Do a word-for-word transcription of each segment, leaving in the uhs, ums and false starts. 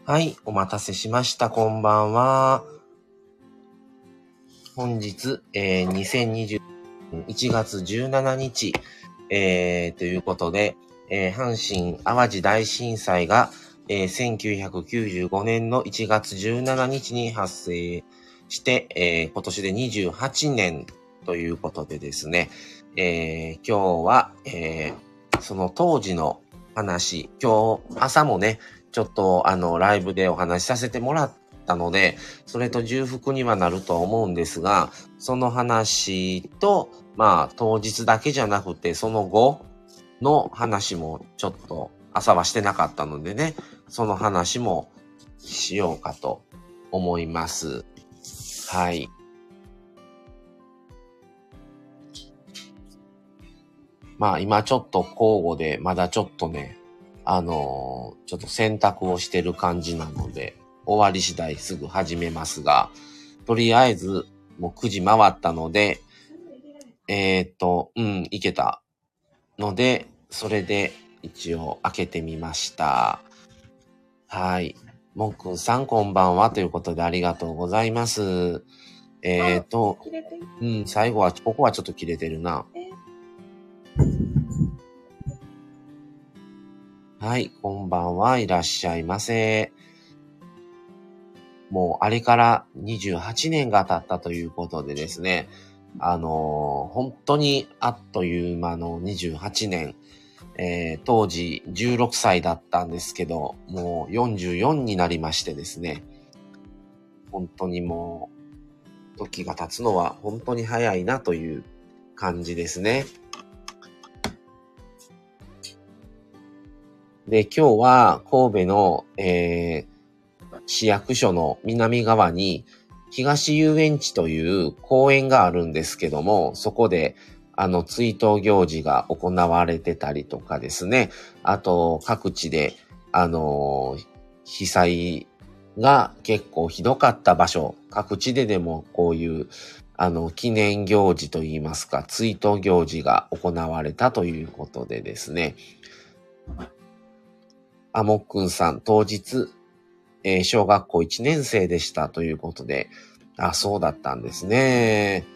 はい、お待たせしました。こんばんは。本日、えー、にせんにじゅうねんいちがつじゅうしちにち、えー、ということで、えー、阪神淡路大震災が、えー、せんきゅうひゃくきゅうじゅうごねんのいちがつじゅうしちにちに発生して、えー、今年でにじゅうはちねんということでですね、えー、今日は、えー、その当時の話、今日朝もね、ちょっとあのライブでお話しさせてもらったので、それと重複にはなると思うんですが、その話と、まあ当日だけじゃなくて、その後の話もちょっと朝はしてなかったのでね、その話もしようかと思います。はい。まあ今ちょっと交互で、まだちょっとね、あのーちょっと選択をしてる感じなので、終わり次第すぐ始めますが、とりあえずもうくじ回ったので、えーっと、うん、いけたので、それで一応開けてみました。はい。もっくんさんこんばんはということでありがとうございます。えーっと、うん、最後は、ここはちょっと切れてるな。はい、こんばんはいらっしゃいませ。もうあれからにじゅうはちねんが経ったということでですね、あのー本当にあっという間のにじゅうはちねん、えー当時じゅうろくさいだったんですけど、もうよんじゅうよんになりましてですね、本当にもう時が経つのは本当に早いなという感じですね。で、今日は神戸の、えー市役所の南側に東遊園地という公園があるんですけども、そこであの追悼行事が行われてたりとかですね、あと各地であの被災が結構ひどかった場所、各地ででもこういうあの記念行事といいますか、追悼行事が行われたということでですね、あもっくんさん当日えー小学校いちねん生でしたということで、あ、そうだったんですね。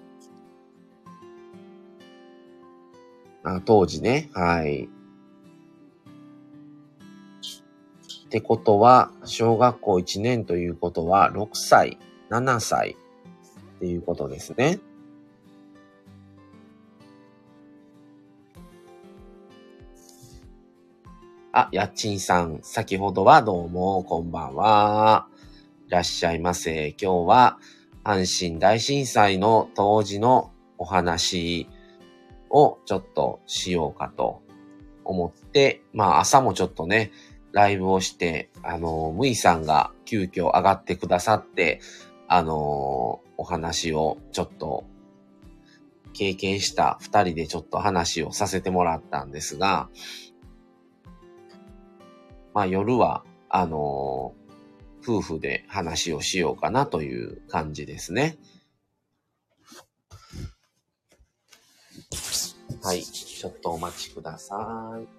あ、当時ね、はい。ってことは、小学校いちねんということは、ろくさい、ななさいっていうことですね。あ、やっちんさん、先ほどはどうも、こんばんは。いらっしゃいませ。今日は、阪神大震災の当時のお話をちょっとしようかと思って、まあ朝もちょっとね、ライブをして、あの、むいさんが急遽上がってくださって、あの、お話をちょっと経験した二人でちょっと話をさせてもらったんですが、まあ夜は、あの、夫婦で話をしようかなという感じですね。はい。ちょっとお待ちください。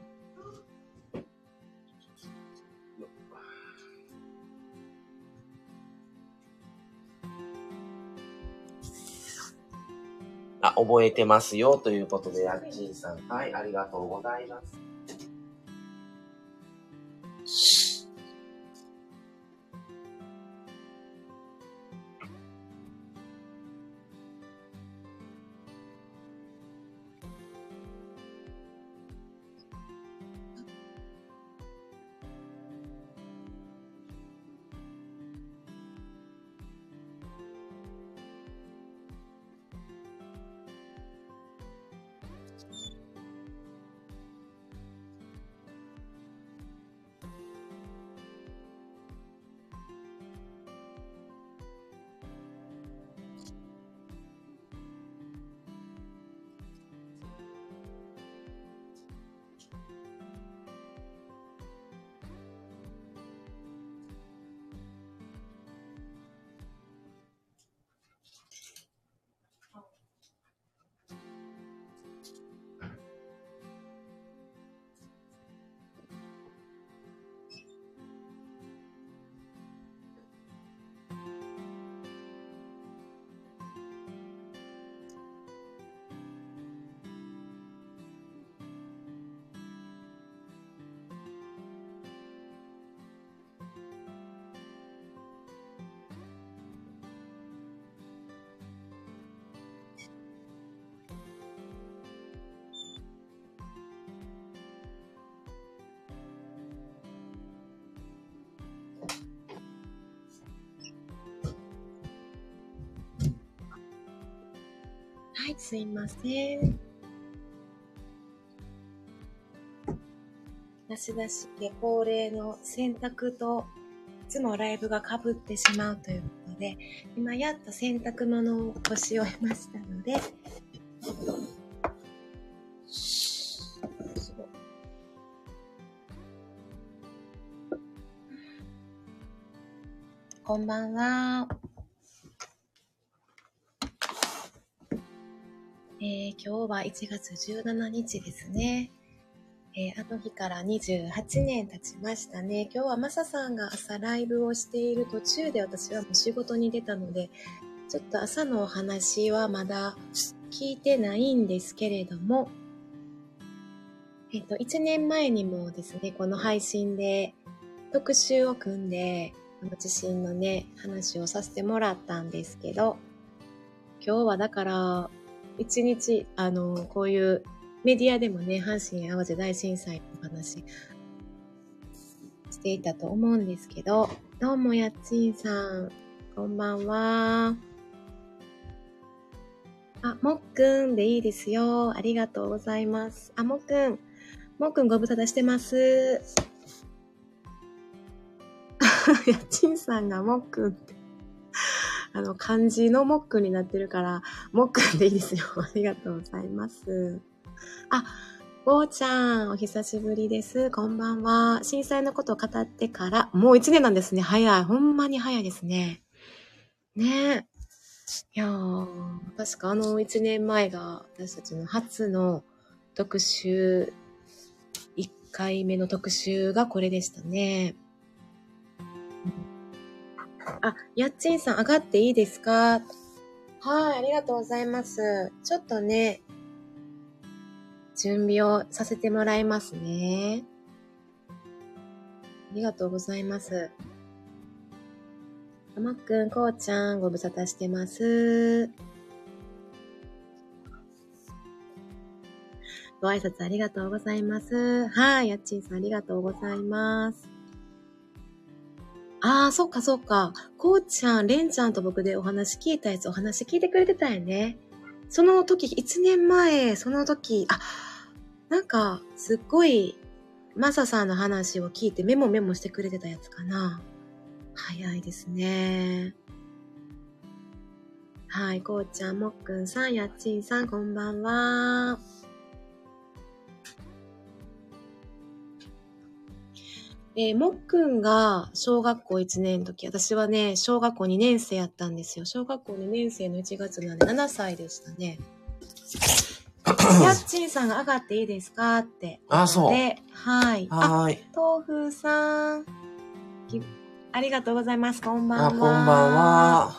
あ、覚えてますよということで、やっちんさん。はい、ありがとうございます。 い、すいません。なしだしで恒例の洗濯といつもライブが被ってしまうということで、今やっと洗濯物を干し終えましたので、こんばんは。えー、今日はいちがつじゅうしちにちですね。えー、あの日からにじゅうはちねん経ちましたね。今日はマサさんが朝ライブをしている途中で私はもう仕事に出たので、ちょっと朝のお話はまだ聞いてないんですけれども、えっと、いちねんまえにもですね、この配信で特集を組んで、この地震のね、話をさせてもらったんですけど、今日はだから、一日、あの、こういうメディアでもね、阪神淡路大震災のお話していたと思うんですけど、どうもやっちんさん、こんばんは。あ、もっくんでいいですよ。ありがとうございます。あ、もっくん、もっくんご無沙汰してます。やっちんさんがもっくんって、あの、漢字のもっくんになってるから、もっくんでいいですよ。ありがとうございます。あ、ぼーちゃん、お久しぶりです。こんばんは。震災のことを語ってから、もう一年なんですね。早い。ほんまに早いですね。ねえ。いやー、確かあの一年前が私たちの初の特集、いっかいめの特集がこれでしたね。あ、やっちんさん上がっていいですか？はい、ありがとうございます。ちょっとね、準備をさせてもらいますね。ありがとうございます。あまっくん、こうちゃん、ご無沙汰してます。ご挨拶ありがとうございます。はい、やっちんさんありがとうございます。あー、そっかそっか。こうちゃん、れんちゃんと僕でお話聞いたやつ、お話聞いてくれてたよね。その時、いちねんまえ、その時、あ、なんか、すっごい、マサさんの話を聞いてメモメモしてくれてたやつかな。早いですね。はい、こうちゃん、もっくんさん、やっちんさん、こんばんは。えー、もっくんが小学校いちねんの時、私はね、小学校にねん生やったんですよ。小学校にねん生のいちがつなんでななさいでしたね。やっちんさんが上がっていいですかって。 あ、そう。 で、はい。 はーい。 豆腐さん。ありがとうございます。こんばんは。 あ、こんばんは。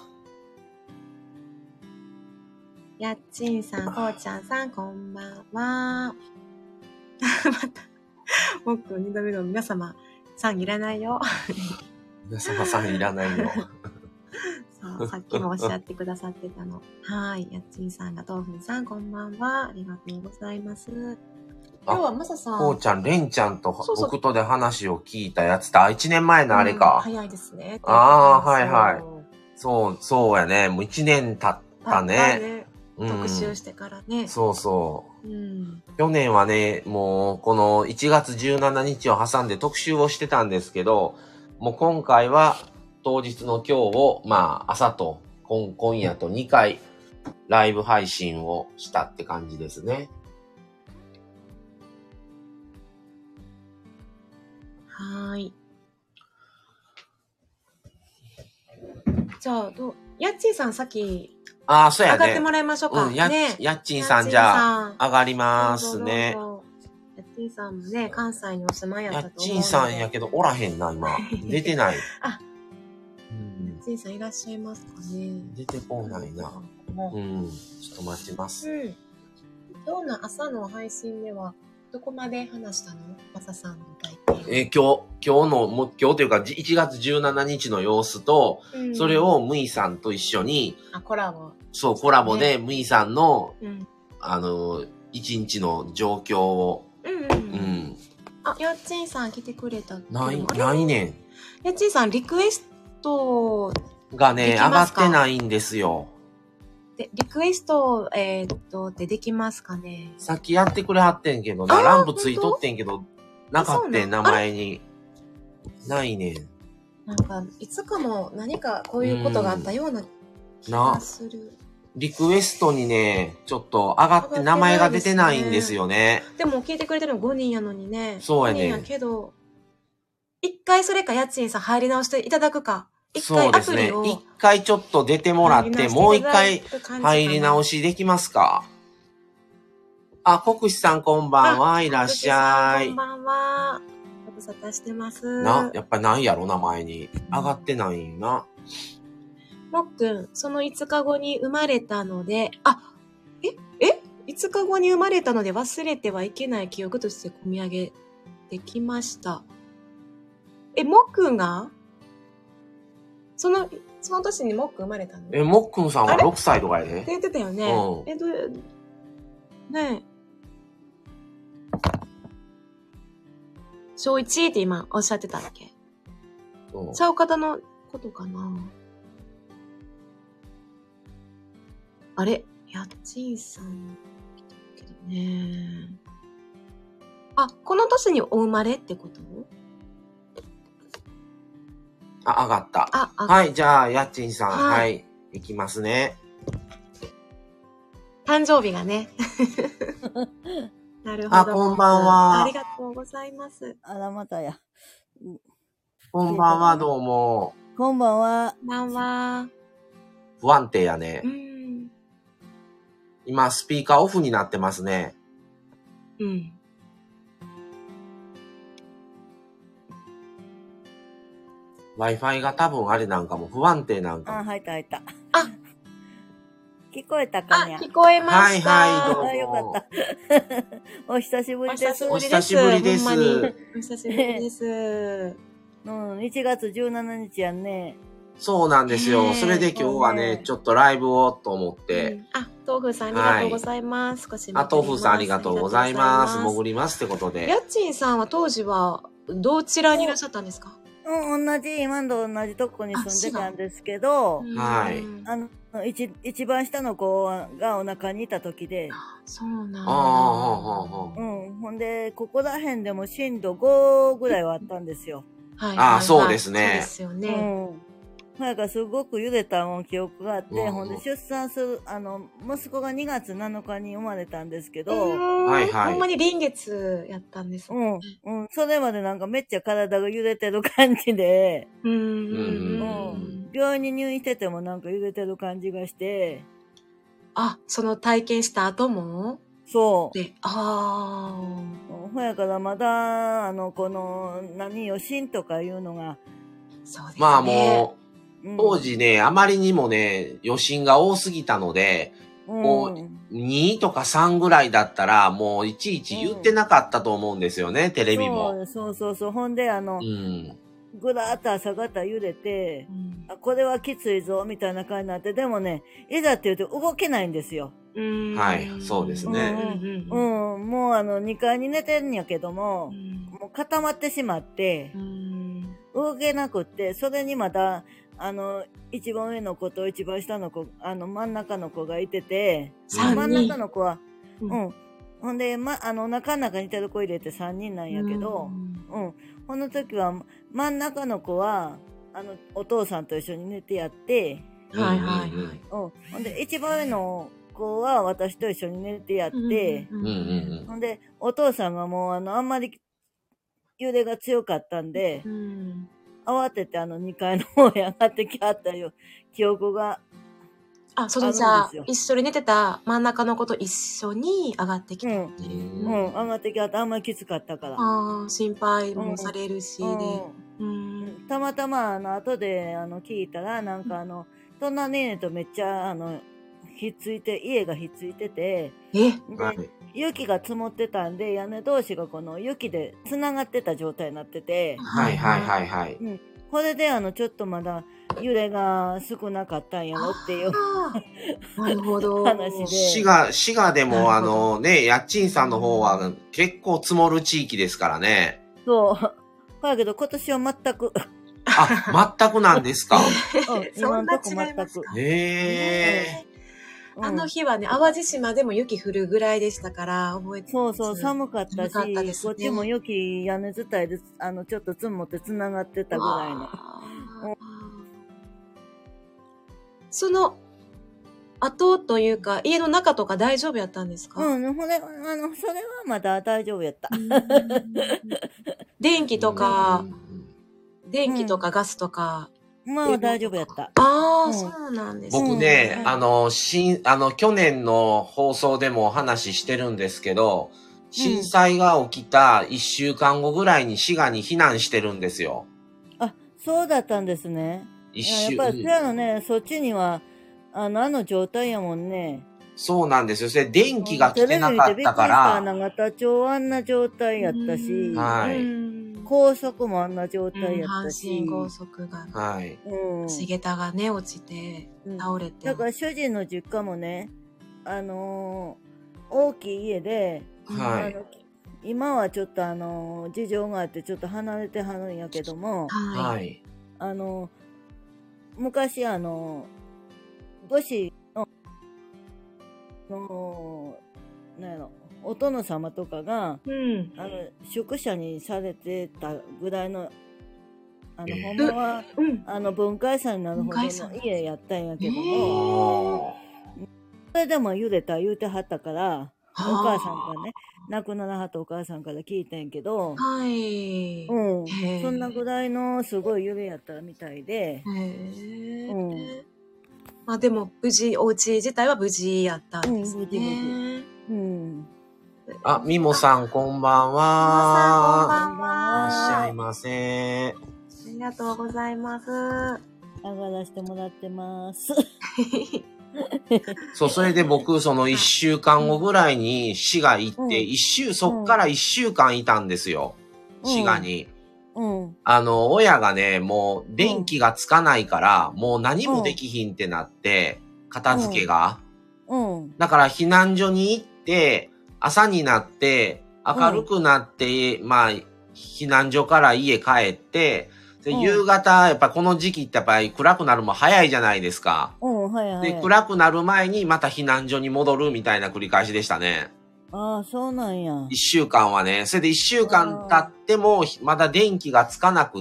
やっちんさん、こうちゃんさん、こんばんは。また、もっくんにどめの皆様、さんいらないよ。 皆様さんいらないよ。 そう、さっきもおっしゃってくださってたの。はい。やっちんさんが、豆腐さん、こんばんは。ありがとうございます。今日はまささん。 こうちゃん、れんちゃんと僕とで話を聞いたやつだ。いちねんまえのあれか。 うん、早いですね。 ああ、はいはい。そう、そうやね。もういちねん経ったね。 ねうん、特集してからね。 そうそう、 うん。 去年はね、もうこのいちがつじゅうしちにちを挟んで特集をしてたんですけど、もう今回は当日の今日を、まあ朝と今今夜とにかいライブ配信をしたって感じですね。 はい。じゃあ、どう、やっちんさんさっき、 ああ、そうやね。 上がってもらいましょうか。 うん、やっ、 ね、 やっちんさんじゃあ、上がりますね。 どうぞどうぞやっちんさんもね、関西にお住まいやったと思うので。 やっちんさんやけど、おらへんな、今。出てない。 あ、うん、やっちんさんいらっしゃいますかね。 出てこないな。うん、ちょっと待ちます。 うん。今日の朝の配信では、どこまで話したの？マサさんの体験。 えー、今日、今日の、も今日というかいちがつじゅうしちにちの様子と、うん、それをムイさんと一緒に、 あ、コラボ。 そう、コラボでムイさんの、 うん、 あの、一日の状況を、 うんうんうん。うん、あ、やっちんさん来てくれた。 ない、ないねん。 やっちんさんリクエストがね、上がってないんですよ。 で、リクエスト、えーっと、ってできますかね？ さっきやってくれはってんけどな、ランプついとってんけど、なかったん、名前に。ないねん。 なんか、いつかも何かこういうことがあったような気がする。 リクエストにね、ちょっと上がって名前が出てないんですよね。 でも聞いてくれてるのごにんやのにね。 そうやね。 ごにんやけど、一回それか家賃さん入り直していただくか。一回アプリを。一回ちょっと出てもらって、もう一回入り直しできますか？あ、国士さんこんばんは。いらっしゃい。 こんばんは。ご無沙汰してます。 な、やっぱりないやろな、前に。上がってないんな。 もっくん、そのいつかごに生まれたので、あ、え、え ?いつかごに生まれたので忘れてはいけない記憶として込み上げてきました。え、もっくんがその、その年にもっくん生まれたの？ え、もっくんさんはろくさいとかやで。 って言ってたよね。うん、え、どう、ねえ。小いちって今おっしゃってたっけ？そう。ちゃう方のことかな。あれ家賃さん来たけどね。あ、この年にお生まれってこと？ あ、上がった。あ、あはい、じゃあ、家賃さん、はい、はい、いきますね。 誕生日がね。なるほど。 あ、こんばんは。 ありがとうございます。 あら、またや。 こんばんは、どうも。 こんばんは。 こんばんは。 不安定やね。うん。今、スピーカーオフになってますね。うん。Wi-Fi が多分あれなんかも不安定なんかも。 あ、入った入った。 あ、 聞こえたかね。 あ、聞こえました。 はいはい、どうも。 よかった。お久しぶりです。 お久しぶりです。 ほんまに。お久しぶりです。 うん、いちがつじゅうしちにちやんね。 そうなんですよ。それで今日はね、ちょっとライブをと思って。うん、 あ、豆腐さんありがとうございます。はい、少しあ、豆腐さんありがとうございます。潜りますってことで。 家賃さんは当時はどちらにいらっしゃったんですか？ うん、同じ、今と同じとこに住んでたんですけど、 はい。 あの、一、一番下の子がお腹にいた時で。 そうなんだ。 ああ、 うん。ほんで、ここら辺でも震度ごぐらいはあったんですよ。 はい。 ああ、そうですね。そうですよね。 うん。なんかすごく揺れたもん記憶があって、ほんで出産する、あの、息子がにがつなのかに生まれたんですけど、 はいはい。ほんまに臨月やったんですね。うん。うん。それまでなんかめっちゃ体が揺れてる感じで、うん。うん。病院に入院しててもなんか揺れてる感じがして。 あ、その体験した後も？ そう。 で、ああ。 ほやからまだ、あの、この、何、余震とかいうのが、 そうですね。 まあもう、当時ね、あまりにもね、余震が多すぎたので、うん、もうにとかさんぐらいだったら、もういちいち言ってなかったと思うんですよね、うん、テレビも。 そうそうそう。ほんで、あの、うん、ぐらーっと朝方揺れて、うん、あ、これはきついぞ、みたいな感じになって、でもね、いざって言うと動けないんですよ。 うんはい、そうですね。 うん、うん、もうあの、にかいに寝てるんやけども、うん、もう固まってしまって、うん、動けなくって、それにまた、あの、一番上の子と一番下の子、あの、真ん中の子がいてて、真ん中の子は、うん。うん、ほんで、ま、あの、お腹の中にいてる子入れてさんにんなんやけど、うん。うん、この時は、真ん中の子は、あの、お父さんと一緒に寝てやって、 はいはいはい。うん。 ほんで、一番上の子は私と一緒に寝てやって、うん。ほんで、お父さんがもう、あの、あんまり揺れが強かったんで、うん慌ててあのにかいの方へ上がってきはったよ、記憶が。 あ、それじゃあ、一緒に寝てた真ん中の子と一緒に上がってきたっていう。 うん、うん、上がってきはった。あんまりきつかったから。 ああ、心配もされるし、 うんで、うん。たまたま、あの、後で、あの、聞いたら、なんかあの、隣ねねとめっちゃ、あの、ひっついて、家がひっついてて、 えで、雪が積もってたんで、屋根同士がこの雪で繋がってた状態になってて。 はいはいはいはい。 うん。これであの、ちょっとまだ揺れが少なかったんやろっていう。 なるほど。 話で。 滋賀、滋賀でもあのね、家賃さんの方は結構積もる地域ですからね。 そう。だけど今年は全く。 あ、全くなんですか。 うん、今んとこ全く。 へえ。 あの日はね、淡路島でも雪降るぐらいでしたから、覚えてそうそう、寒かったし、 寒かったですね、 こっちも雪屋根伝いで、あの、ちょっと積もって繋がってたぐらいの。 その、後というか、家の中とか大丈夫やったんですか？ うん、ほれ、あの、それはまだ大丈夫やった。 電気とか、電気とかガスとか。 まあ大丈夫やった。 ああ、うん、そうなんですね。僕ね、うん、あの、しあの、去年の放送でもお話ししてるんですけど、震災が起きたいっしゅうかんごぐらいに滋賀に避難してるんですよ。 あ、そうだったんですね。一週やっぱり、そやのね、そっちには、あの、あの状態やもんね。 そうなんですよ。それ電気が来てなかったから。 永田町あんな状態やったし、 はい。 高速もあんな状態やったし。 阪神高速が、 はい。 うん。橋桁がね、落ちて、倒れて。 だから主人の実家もね、あのー、大きい家で、 はい。 あの今はちょっとあのー、事情があってちょっと離れてはるんやけども、 はい。 あのー、昔あのー、母子の、の、なんやろ、お殿様とかが、 うん、 あの宿舎にされてたぐらいの、あの、ほんまは、 うん、 あの文化遺産になるほどの家やったんやけども、それでも揺れた言うてはったから、お母さんがね、亡くならはったお母さんから聞いてんけど、 はい。 うん。そんなぐらいのすごい揺れやったみたいで、 へうん。 まあでも無事、お家自体は無事やったんですね。 うん、無事無事。うん。 あ、みもさんこんばんは。 みもさんこんばんは。 いらっしゃいませ。 ありがとうございます。 上がらせてもらってます。 そう、それで僕、その一週間後ぐらいに滋賀行って、一週、そっから一週間いたんですよ。滋賀に。 うん。 あの、親がね、もう電気がつかないから、もう何もできひんってなって、片付けが。 うん。 だから避難所に行って、朝になって、明るくなって、まあ、避難所から家帰って、で、夕方、やっぱこの時期ってやっぱり暗くなるも早いじゃないですか。 うん、はいはい。 で、暗くなる前にまた避難所に戻るみたいな繰り返しでしたね。 ああ、そうなんや。 一週間はね。それで一週間経っても、まだ電気がつかなくって、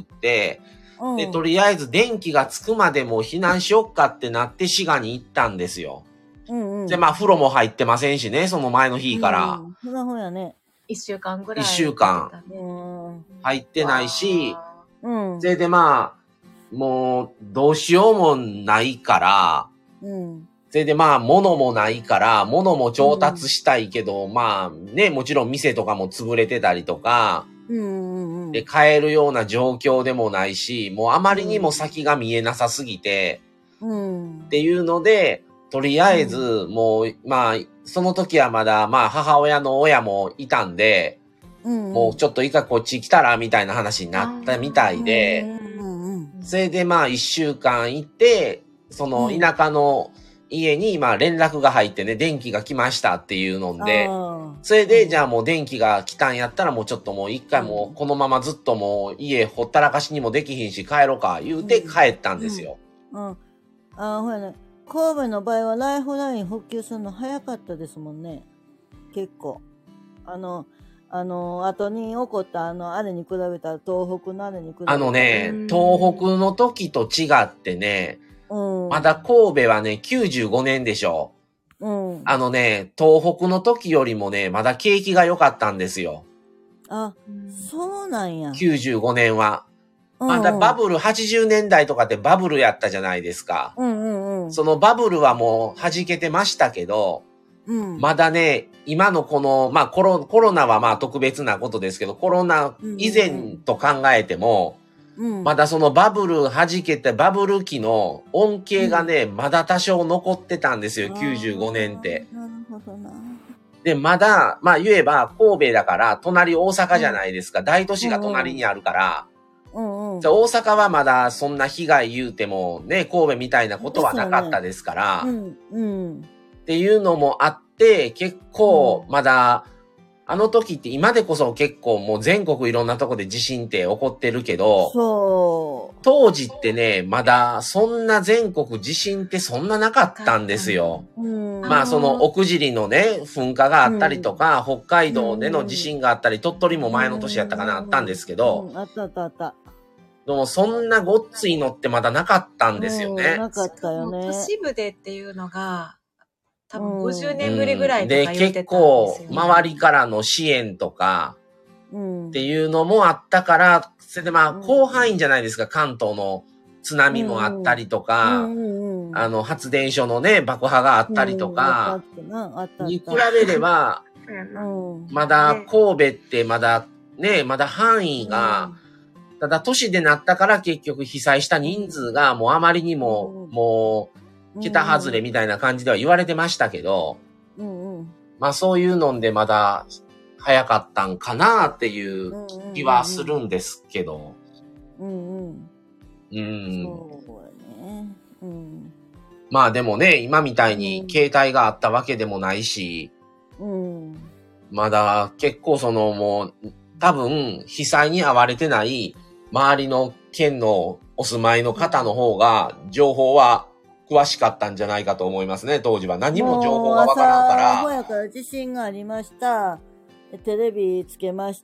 うん、 で、とりあえず電気がつくまでも避難しよっかってなって滋賀に行ったんですよ。 うんうん。 で、まあ風呂も入ってませんしね、その前の日から。 うん、ふらふらね。 一週間ぐらい。 一週間。入ってないし、うん。それでまあ、もう、どうしようもないから、うん。それでまあ、物もないから、物も調達したいけど、うん、まあ、ね、もちろん店とかも潰れてたりとか、うんうんうん、で、買えるような状況でもないし、もうあまりにも先が見えなさすぎて、うん、っていうので、とりあえず、うん、もう、まあ、その時はまだ、まあ、母親の親もいたんで、うんうん、もうちょっといいかこっち来たらみたいな話になったみたいで、うんうん、それでまあ一週間行って、その田舎の家にまあ連絡が入ってね、電気が来ましたっていうので、それでじゃあもう電気が来たんやったらもうちょっともう一回もうこのままずっともう家ほったらかしにもできひんし帰ろうか言うて帰ったんですよ。 うんうんうん、ああ、ほらね、神戸の場合はライフライン復旧するの早かったですもんね。結構。あの、あの、後に起こった、あの、あれに比べたら、東北のあれに比べたら。 あのね、東北の時と違ってね、うん、まだ神戸はね、きゅうじゅうごねんでしょ。うん、あのね、東北の時よりもね、まだ景気が良かったんですよ。 あ、そうなんや。 きゅうじゅうごねんは。まだバブル、はちじゅうねんだいとかってバブルやったじゃないですか。 うんうんうん、そのバブルはもう弾けてましたけど、うん、まだね、今のこの、まあコロ、コロナはまあ特別なことですけど、コロナ以前と考えても、うんうん、まだそのバブル弾けてバブル期の恩恵がね、うん、まだ多少残ってたんですよ、きゅうじゅうごねんって。 なるほどな。 で、まだ、まあ言えば神戸だから、隣大阪じゃないですか、うん、大都市が隣にあるから、うんうん、じゃあ大阪はまだそんな被害言うてもね、神戸みたいなことはなかったですから、うんうんっていうのもあって、結構、まだ、 あの時って今でこそ結構もう全国いろんなとこで地震って起こってるけど、 そう。 当時ってね、まだそんな全国地震ってそんななかったんですよ。 うん、 まあその奥尻のね、噴火があったりとか、うん、北海道での地震があったり、鳥取も前の年やったかな、あったんですけど、 うん、あったあったあった。 でもそんなごっついのってまだなかったんですよね。 うん、なかったよね。 都市部でっていうのが、多分ごじゅうねんぶりぐらいとか言ってたんですよ、ね。 で、結構、周りからの支援とか、っていうのもあったから、それでまあ、広範囲じゃないですか、関東の津波もあったりとか、あの、発電所のね、爆破があったりとか、に比べれば、まだ神戸ってまだね、まだ範囲が、ただ都市でなったから結局被災した人数がもうあまりにも、もう、桁外れみたいな感じでは言われてましたけど、 うんうん、 まあそういうのでまだ早かったんかなっていう気はするんですけど。 うんうん。 うん。 そうね。うん。 まあでもね、今みたいに携帯があったわけでもないし、 うん、 まだ結構そのもう多分被災に遭われてない周りの県のお住まいの方の方が情報は詳しかったんじゃないかと思いますね、当時は。何も情報がわからんから。 朝早から地震がありました。テレビつけました。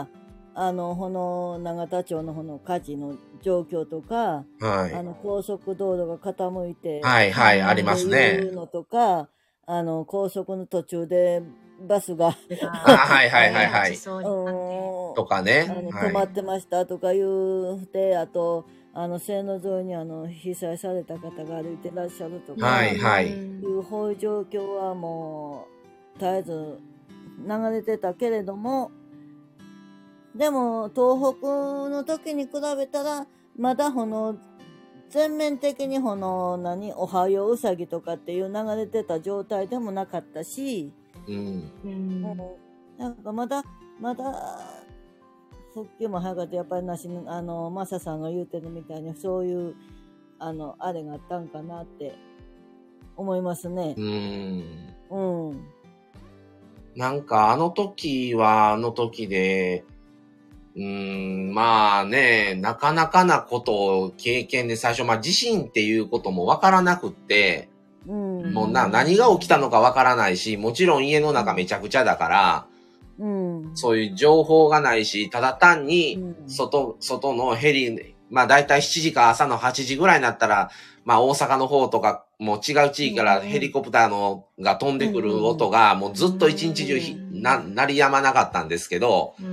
あの、この永田町のこの火事の状況とか、 はい。 あの、高速道路が傾いて、 はいはい、ありますね。 いうのとか、あの、高速の途中でバスが、 はいはいはいはい。とかね。 あの、止まってましたとか言うて、あと、あの、線路沿いにあの、被災された方が歩いてらっしゃるとか、 はいはい。 いう、こういう状況はもう、絶えず流れてたけれども、でも、東北の時に比べたら、まだこの、全面的にこの、何、おはよううさぎとかっていう流れてた状態でもなかったし、 うん。 うん、なんかまだ、まだ、復旧も早かった。やっぱりなし、あの、マサさんが言うてるみたいに、そういう、あの、あれがあったんかなって思いますね。 うん。 うん。 なんか、あの時は、あの時で、うーん、まあね、なかなかなことを経験で最初、まあ地震っていうこともわからなくって、 うん、 もうな、何が起きたのかわからないし、もちろん家の中めちゃくちゃだから、 うん、 そういう情報がないし、ただ単に、外、うん、外のヘリ、まあ大体しちじか朝のはちじぐらいになったら、まあ大阪の方とか、もう違う地域からヘリコプターのが飛んでくる音が、もうずっと一日中ひな、鳴りやまなかったんですけど、 うん、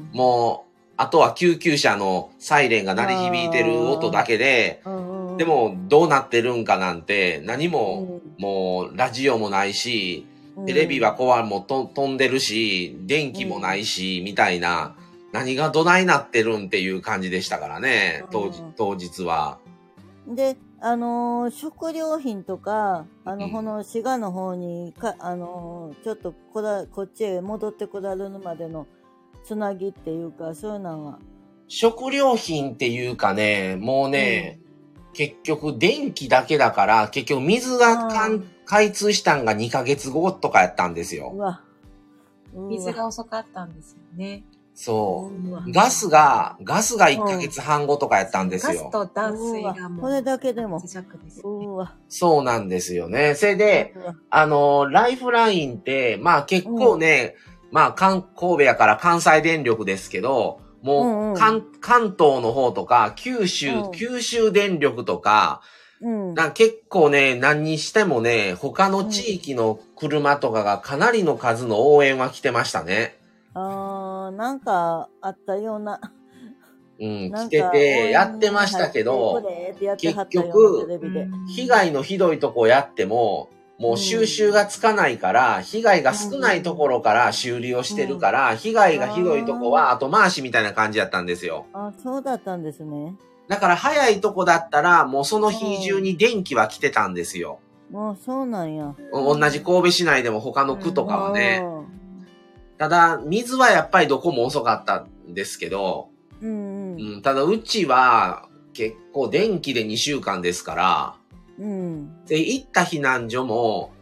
もう、あとは救急車のサイレンが鳴り響いてる音だけで、でもどうなってるんかなんて何も、もうラジオもないし、テレビはこうもと飛んでるし、電気もないし、みたいな、何がどないなってるんっていう感じでしたからね、当時、当日は。 で、あのー、食料品とか、あの、この滋賀の方にか、あのー、ちょっとこら、こっちへ戻ってこられるまでのつなぎっていうか、そういうのは。 食料品っていうかね、もうね、うん、結局電気だけだから、結局水が開通したんがにかげつごとかやったんですよ。 うわ。 うわ水が遅かったんですよね。 そう。ガスが、ガスがいっかげつはんごとかやったんですよ。 ガスと断水がもう。 これだけでも。 うわそうなんですよね。それで、あの、ライフラインって、まあ結構ね、うん、まあ関、神戸やから関西電力ですけど、もう、うんうん、関、関東の方とか、九州、うん、九州電力とか、うん、なんか結構ね、何にしてもね、他の地域の車とかがかなりの数の応援は来てましたね。 あー、なんかあったような。 うん、来てて、やってましたけど、結局、被害のひどいとこやっても、もう収集がつかないから、被害が少ないところから修理をしてるから、被害がひどいとこは後回しみたいな感じだったんですよ。 あ、そうだったんですね。 だから早いとこだったら、もうその日中に電気は来てたんですよ。 あ、そうなんや。 同じ神戸市内でも他の区とかはね。ただ、水はやっぱりどこも遅かったんですけど、 うんうんうん、ただうちは結構電気でにしゅうかんですから、 うん、 で、行った避難所も、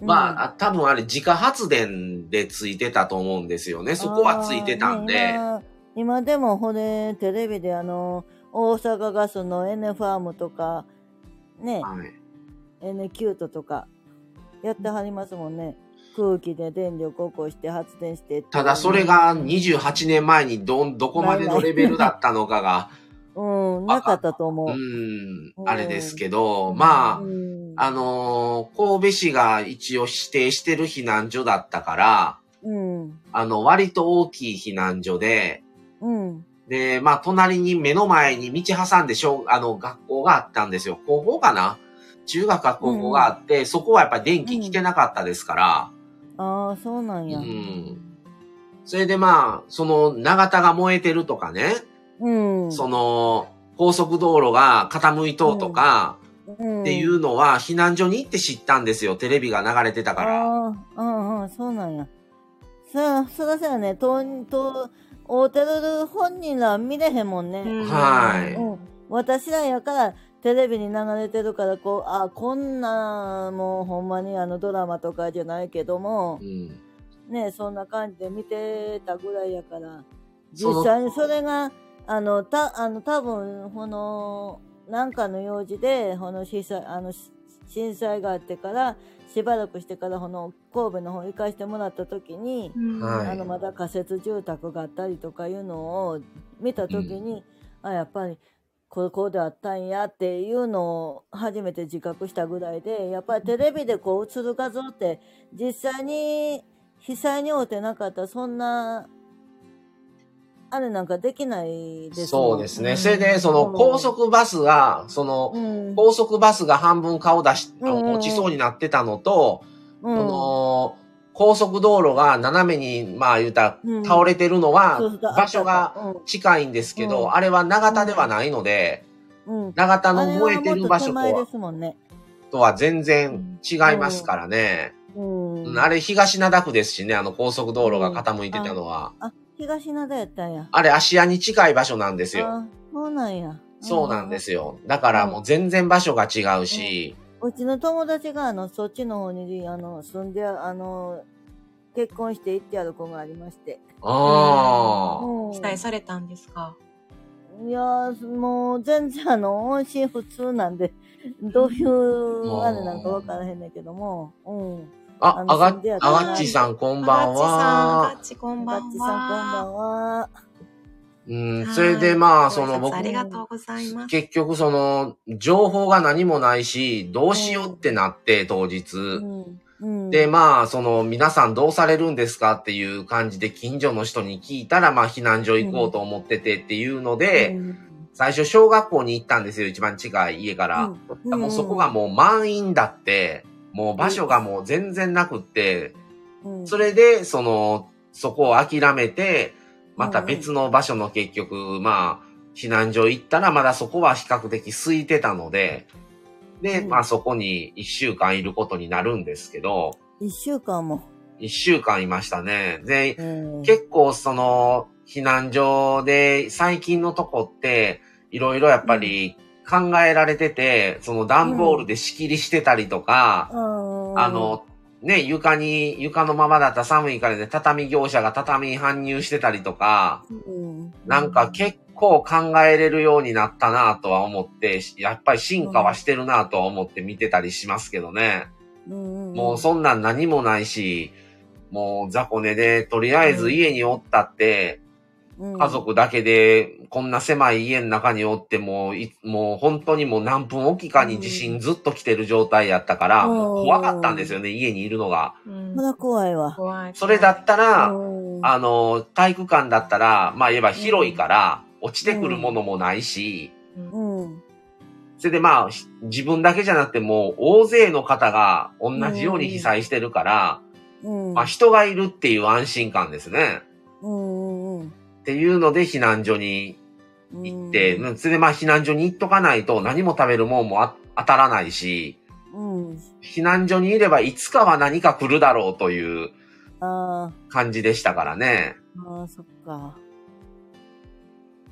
まあ、多分あれ自家発電でついてたと思うんですよね。そこはついてたんで。 ね、今, 今でもほれ、テレビであの、大阪ガスの N ファームとか、ね、はい、エヌキュートとか、やってはりますもんね。空気で電力を起こして発電して。 ただそれがにじゅうはちねんまえにど、どこまでのレベルだったのかが。 うん、なかったと思う。 うん、あれですけど、まあ、あのー、神戸市が一応指定してる避難所だったから、うん、あの、割と大きい避難所で、うん、で、まあ、隣に目の前に道挟んで小、あの、学校があったんですよ。高校かな？中学か高校があって、うん、そこはやっぱり電気来てなかったですから、 うん、ああ、そうなんや。 うん。それでまあ、その、長田が燃えてるとかね、うん、その、高速道路が傾いとうとか、うん、っていうのは、避難所に行って知ったんですよ。テレビが流れてたから。 ああ、うんうん、そうなんや。そ、そらそうやね。と、と、会うてる本人ら見れへんもんね。 はい、 うん。私らやから、テレビに流れてるから、こう、あ、こんな、もうほんまにあのドラマとかじゃないけども、うん、ね、そんな感じで見てたぐらいやから、実際にそれが、あの、た、あの、多分、この、なんかの用事で、この震災、あの、震災があってから、しばらくしてから、この、神戸の方行かしてもらった時に、はい、あの、まだ仮設住宅があったりとかいうのを見た時に、うん、あ、やっぱり、ここであったんやっていうのを初めて自覚したぐらいで、やっぱりテレビでこう映る画像って、実際に被災に遭ってなかったら、そんな、あれなんかできないです。 そうですね。それで、その高速バスが、その、高速バスが半分顔出し、落ちそうになってたのと、その、高速道路が斜めに、まあ言うたら、倒れてるのは、場所が近いんですけど、あれは長田ではないので、長田の燃えてる場所とは、とは全然違いますからね。あれ東灘区ですしね、あの高速道路が傾いてたのは。 東灘やったんや。 あれ、芦屋に近い場所なんですよ。 あ、そうなんや。 そうなんですよ。だからもう全然場所が違うし。 うん、うちの友達が、あの、そっちの方に、あの、住んで、あの、結婚して行ってやる子がありまして。 ああ、 うん。期待されたんですか？ いやー、もう全然あの、音信不通なんで、どういうあれなんかわからへんねんけども、うん。 あ、あが、あがっちさんこんばんは。 あがっちこんばんは。 あがっちさんこんばんは。 うん、それでまあ、その僕、 ありがとうございます。 結局その、情報が何もないし、どうしようってなって、当日。うんうん、で、まあ、その、皆さんどうされるんですかっていう感じで、近所の人に聞いたら、まあ、避難所行こうと思っててっていうので、うん、最初、小学校に行ったんですよ、一番近い家から。うん、もうそこがもう満員だって、もう場所がもう全然なくって、うん、それで、その、そこを諦めて、また別の場所の結局、まあ、避難所行ったらまだそこは比較的空いてたので、で、うん、まあそこに一週間いることになるんですけど。 一週間も一週間いましたね。で、うん、結構その、避難所で最近のとこって、いろいろやっぱり考えられてて、その段ボールで仕切りしてたりとか、うん、あの、ね、床に、床のままだったら寒いからね、畳業者が畳に搬入してたりとか、うん、なんか結構考えれるようになったなとは思って、やっぱり進化はしてるなとは思って見てたりしますけどね。うん、もうそんなん何もないし、もう雑魚寝で、とりあえず家におったって、うん、家族だけで、こんな狭い家の中におっても、もう本当にもう何分おきかに地震ずっと来てる状態やったから、うん、怖かったんですよね、家にいるのが。 まだ怖いわ。 それだったら、うん、あの、体育館だったら、まあ言えば広いから、落ちてくるものもないし、うんうん、それでまあ、自分だけじゃなくてもう大勢の方が同じように被災してるから、うんまあ、人がいるっていう安心感ですね。うんうん、っていうので避難所に行って、うん、それでまあ避難所に行っとかないと何も食べるもんも当たらないし、うん、避難所にいればいつかは何か来るだろうという感じでしたからね。 ああ、そっか。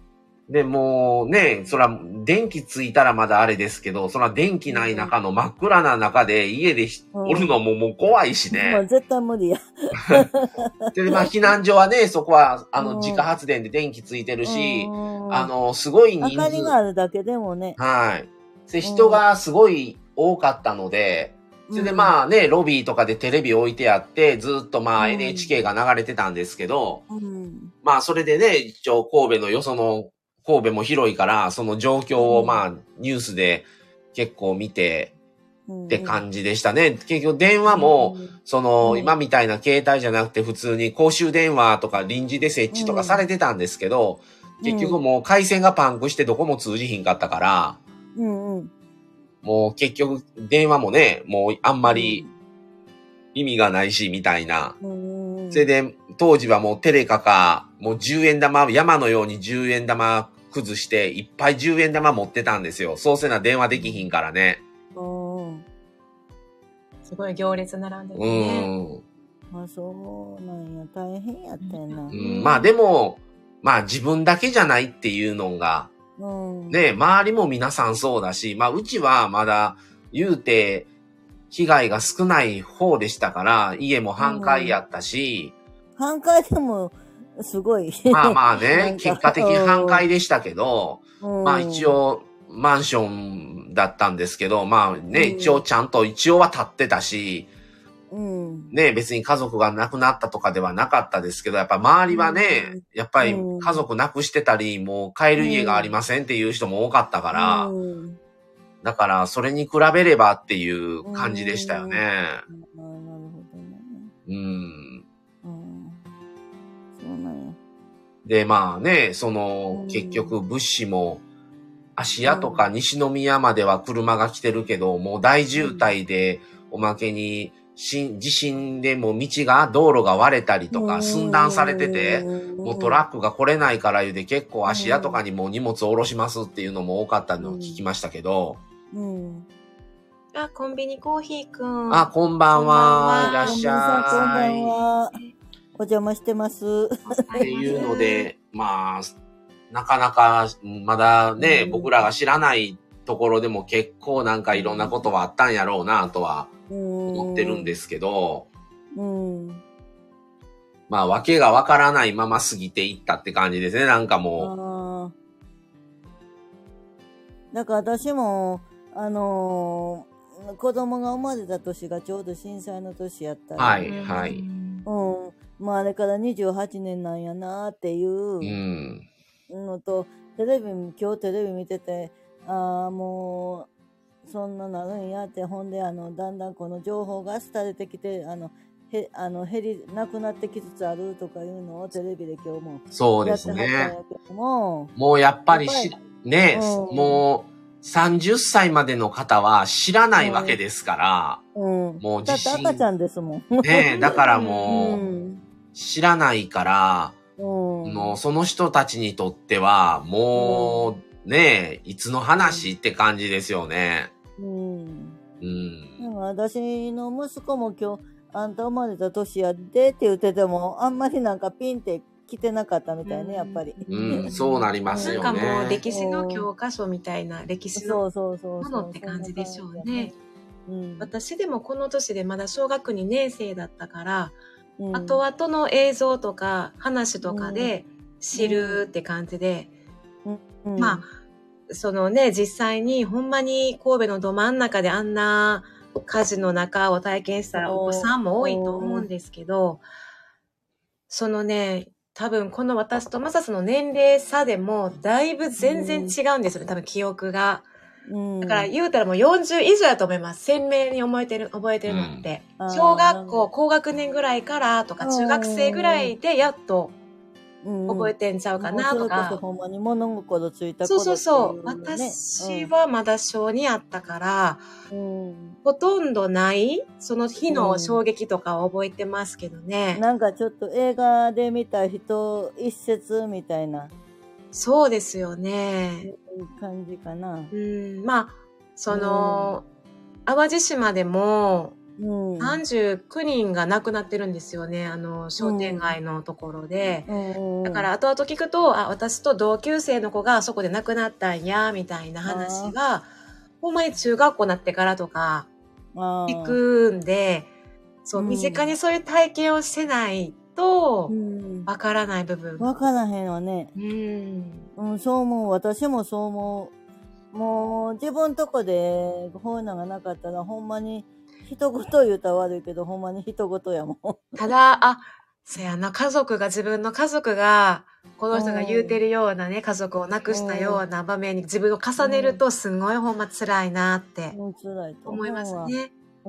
で、もうね、そら、電気ついたらまだあれですけど、そら電気ない中の真っ暗な中で家でおるのももう怖いしね。 もう絶対無理や。 で、まあ避難所はね、そこは、あの、自家発電で電気ついてるし、あの、すごい人数。 明かりがあるだけでもね。 はい。で、人がすごい多かったので、それでまあね、ロビーとかでテレビ置いてあって、ずっとまあ エヌエイチケー が流れてたんですけど、うん、まあそれでね、一応神戸のよその、神戸も広いから、その状況をまあニュースで結構見てって感じでしたね。結局電話も、その今みたいな携帯じゃなくて普通に公衆電話とか臨時で設置とかされてたんですけど、結局もう回線がパンクしてどこも通じひんかったから、うんうん、もう結局電話もね、もうあんまり意味がないしみたいな。うん、それで当時はもうテレカか、もうじゅうえん玉、山のようにじゅうえん玉崩していっぱいじゅうえん玉持ってたんですよ。そうせな電話できひんからね。 うん、すごい行列並んでるね。 うん。あ、そうなんや。大変やったんな。 うん、まあでも、まあ自分だけじゃないっていうのが、うん、ね、周りも皆さんそうだし、まあうちはまだ言うて被害が少ない方でしたから、家も半壊やったし。 うん、半壊でもすごい。 まあまあね、結果的に半壊でしたけど、うん、まあ一応マンションだったんですけど、まあね、うん、一応ちゃんと一応は建ってたし、うん、ね、別に家族が亡くなったとかではなかったですけど、やっぱ周りはね、うん、やっぱり家族亡くしてたり、もう帰る家がありませんっていう人も多かったから、うん、だからそれに比べればっていう感じでしたよね。うん、なるほどね。うん。そうなんや。で、まあね、その、結局物資も、芦屋とか西宮までは車が来てるけど、もう大渋滞で、おまけに、地震でも道が、道路が割れたりとか、寸断されてて、もうトラックが来れないから言うて、結構芦屋とかにも荷物下ろしますっていうのも多かったのを聞きましたけど。 うんうん、あ、コンビニコーヒーくん。 あ、こんばんは。いらっしゃい。こんばんは。お邪魔してます。 っていうので、まあ、なかなか、まだね、うん、僕らが知らないところでも結構なんかいろんなことはあったんやろうなとは思ってるんですけど、うん、まあ、わけがわからないまま過ぎていったって感じですね、なんかもう。 だから私も、あのー、子供が生まれた年がちょうど震災の年やったら。 はい、はい。 うん。まあ、あれからにじゅうはちねんなんやなっていうのと、テレビ、今日テレビ見てて、ああ、もう、そんななるんやって、ほんで、あの、だんだんこの情報が廃れてきて、あの、へ、あの、減り、なくなってきつつあるとかいうのをテレビで今日も。 そうですね。もうやっぱりし、ね、うん、もう、さんじゅっさいまでの方は知らないわけですから、うんうん、もう地震。 だって赤ちゃんですもん。 ね、だからもう、うん、知らないから、うん、もうその人たちにとっては、もう、ね、いつの話って感じですよね。うん。うん。 私の息子も今日、あんた生まれた年やでって言ってても、あんまりなんかピンって来てなかったみたいね、やっぱり。 うん、そうなりますよね。 なんかもう歴史の教科書みたいな歴史のものって感じでしょうね。私でもこの年でまだ小学にねん生だったから、うん、後々の映像とか話とかで知るって感じで、うんうん、まあ、そのね、実際にほんまに神戸のど真ん中であんな火事の中を体験したお子さんも多いと思うんですけど、そのね、多分この私とマサスの年齢差でもだいぶ全然違うんですよね、多分記憶が。うん、だから言うたらもうよんじゅう以上だと思います。鮮明に覚えてる、覚えてるのって。うん、小学校、高学年ぐらいからとか中学生ぐらいでやっと覚えてんちゃうかなとか。 うん、それこそほんまに物心ついた頃、ね、そうそうそう。私はまだ小にあったから、うん、ほとんどない、その日の衝撃とかは覚えてますけどね。 うん、なんかちょっと映画で見た人一節みたいな。 そうですよね。 感じかな。 うん、まあ、その、うん、淡路島でも、 うん、さんじゅうきゅうにんが亡くなってるんですよね。あの、商店街のところで。うん、だから、後々聞くと、あ、私と同級生の子があそこで亡くなったんや、みたいな話が、ほんまに中学校になってからとか、聞くんで、そう、身近にそういう体験をしてないと、わからない部分。 わからへんわね。うん。うん、そう思う。私もそう思う。もう、自分とこで、こういうのがなかったら、ほんまに、一言言うたら悪いけど、ほんまに一言やもん。 ただ、あ、そやな、家族が、自分の家族が、この人が言うてるようなね、家族を亡くしたような場面に自分を重ねると、すごいほんま辛いなって思いますね。うん。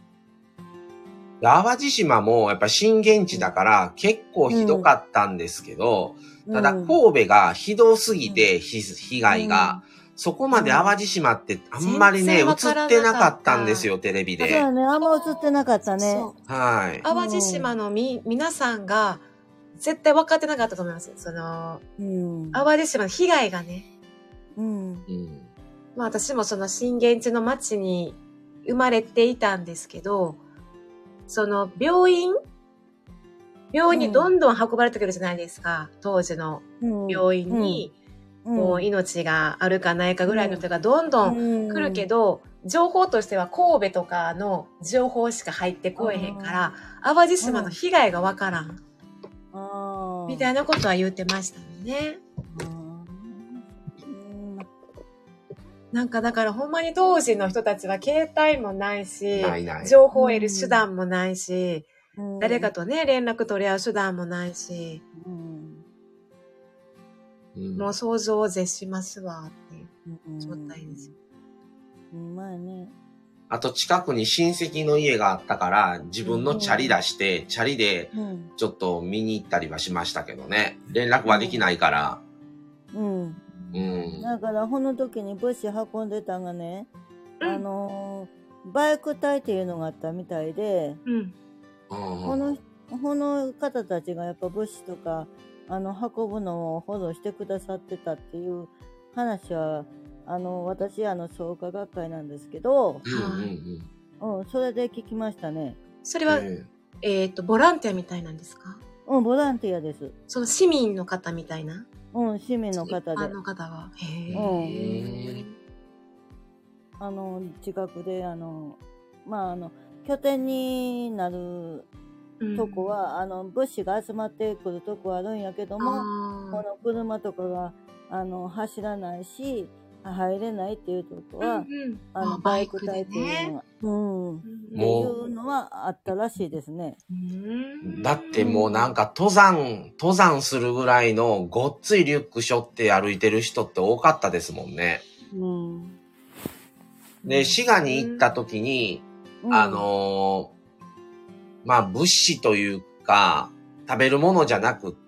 淡路島もやっぱ震源地だから結構ひどかったんですけど、うん、ただ神戸がひどすぎて、うん、被害が、うん、そこまで淡路島ってあんまりね、映ってなかったんですよ、テレビで。 そうね、あんま映ってなかったね。 はい。 淡路島のみ、皆さんが絶対分かってなかったと思います。その、うん、淡路島の被害がね。うん。うん、まあ私もその震源地の町に生まれていたんですけど、その病院病院にどんどん運ばれてくるじゃないですか。うん、当時の病院に、うん、もう命があるかないかぐらいの人がどんどん来るけど、うん、情報としては神戸とかの情報しか入ってこえへんから、淡路島の被害がわからん。うん、みたいなことは言ってましたね。なんかだからほんまに当時の人たちは携帯もないし、ないない情報を得る手段もないし、うん、誰かとね、連絡取り合う手段もないし、うん、もう想像を絶しますわっていう状態ですよ。 うん、まあね。 あと近くに親戚の家があったから、自分のチャリ出して、うん、チャリでちょっと見に行ったりはしましたけどね。連絡はできないから。 うん。うんうん、だから、この時に物資運んでたんがね、うん、あのー、バイク隊っていうのがあったみたいで、うん、この、この方たちがやっぱ物資とか、あの、運ぶのをフォローしてくださってたっていう話は、あの、私、あの、創価学会なんですけど、うん、うん、それで聞きましたね。 それは、えっと、ボランティアみたいなんですか？ うん、ボランティアです。 その市民の方みたいな？ うん、市民の方で。 一般の方は。へー。 うん。あの、近くで、あの、まあ、あの、拠点になるとこは、うん、あの、物資が集まってくるとこあるんやけども、この車とかが、あの、走らないし、入れないっていうとこは、うんうん、あの、バイク隊っていうのは、うん、っていうのはあったらしいですね。 だってもうなんか登山、登山するぐらいのごっついリュック背負って歩いてる人って多かったですもんね。うん、で、滋賀に行った時に、うん、あのー、まあ物資というか、食べるものじゃなくって、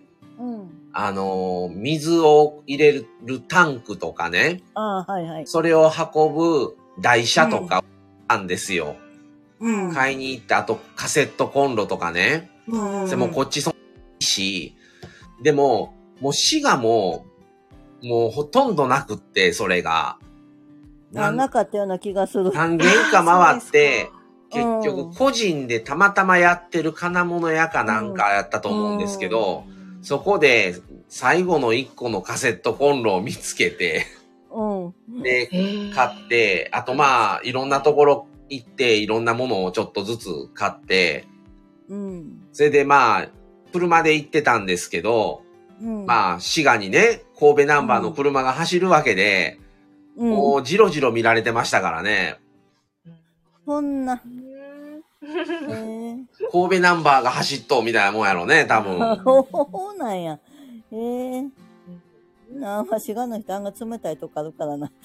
うんあのー、水を入れるタンクとかね。 ああ、はいはい。 それを運ぶ台車とかなんですよ。うん。買いに行って、あとカセットコンロとかね。うん。でもこっちそいし、でも、もう滋賀も、もうほとんどなくって、それが。 な、なかったような気がする。 何軒か回って、結局個人でたまたまやってる金物屋かなんかやったと思うんですけど、うんそこで最後の一個のカセットコンロを見つけて、うん、で、買って、あとまあ、いろんなところ行って、いろんなものをちょっとずつ買って、うん、それでまあ、車で行ってたんですけど、うん、まあ、滋賀にね、神戸ナンバーの車が走るわけで、うん、もうじろじろ見られてましたからね。 そんな。 神戸ナンバーが走っとうみたいなもんやろね、多分。 そうなんや。ええー。なあ、まあ、滋賀の人あんが冷たいとこあるからな。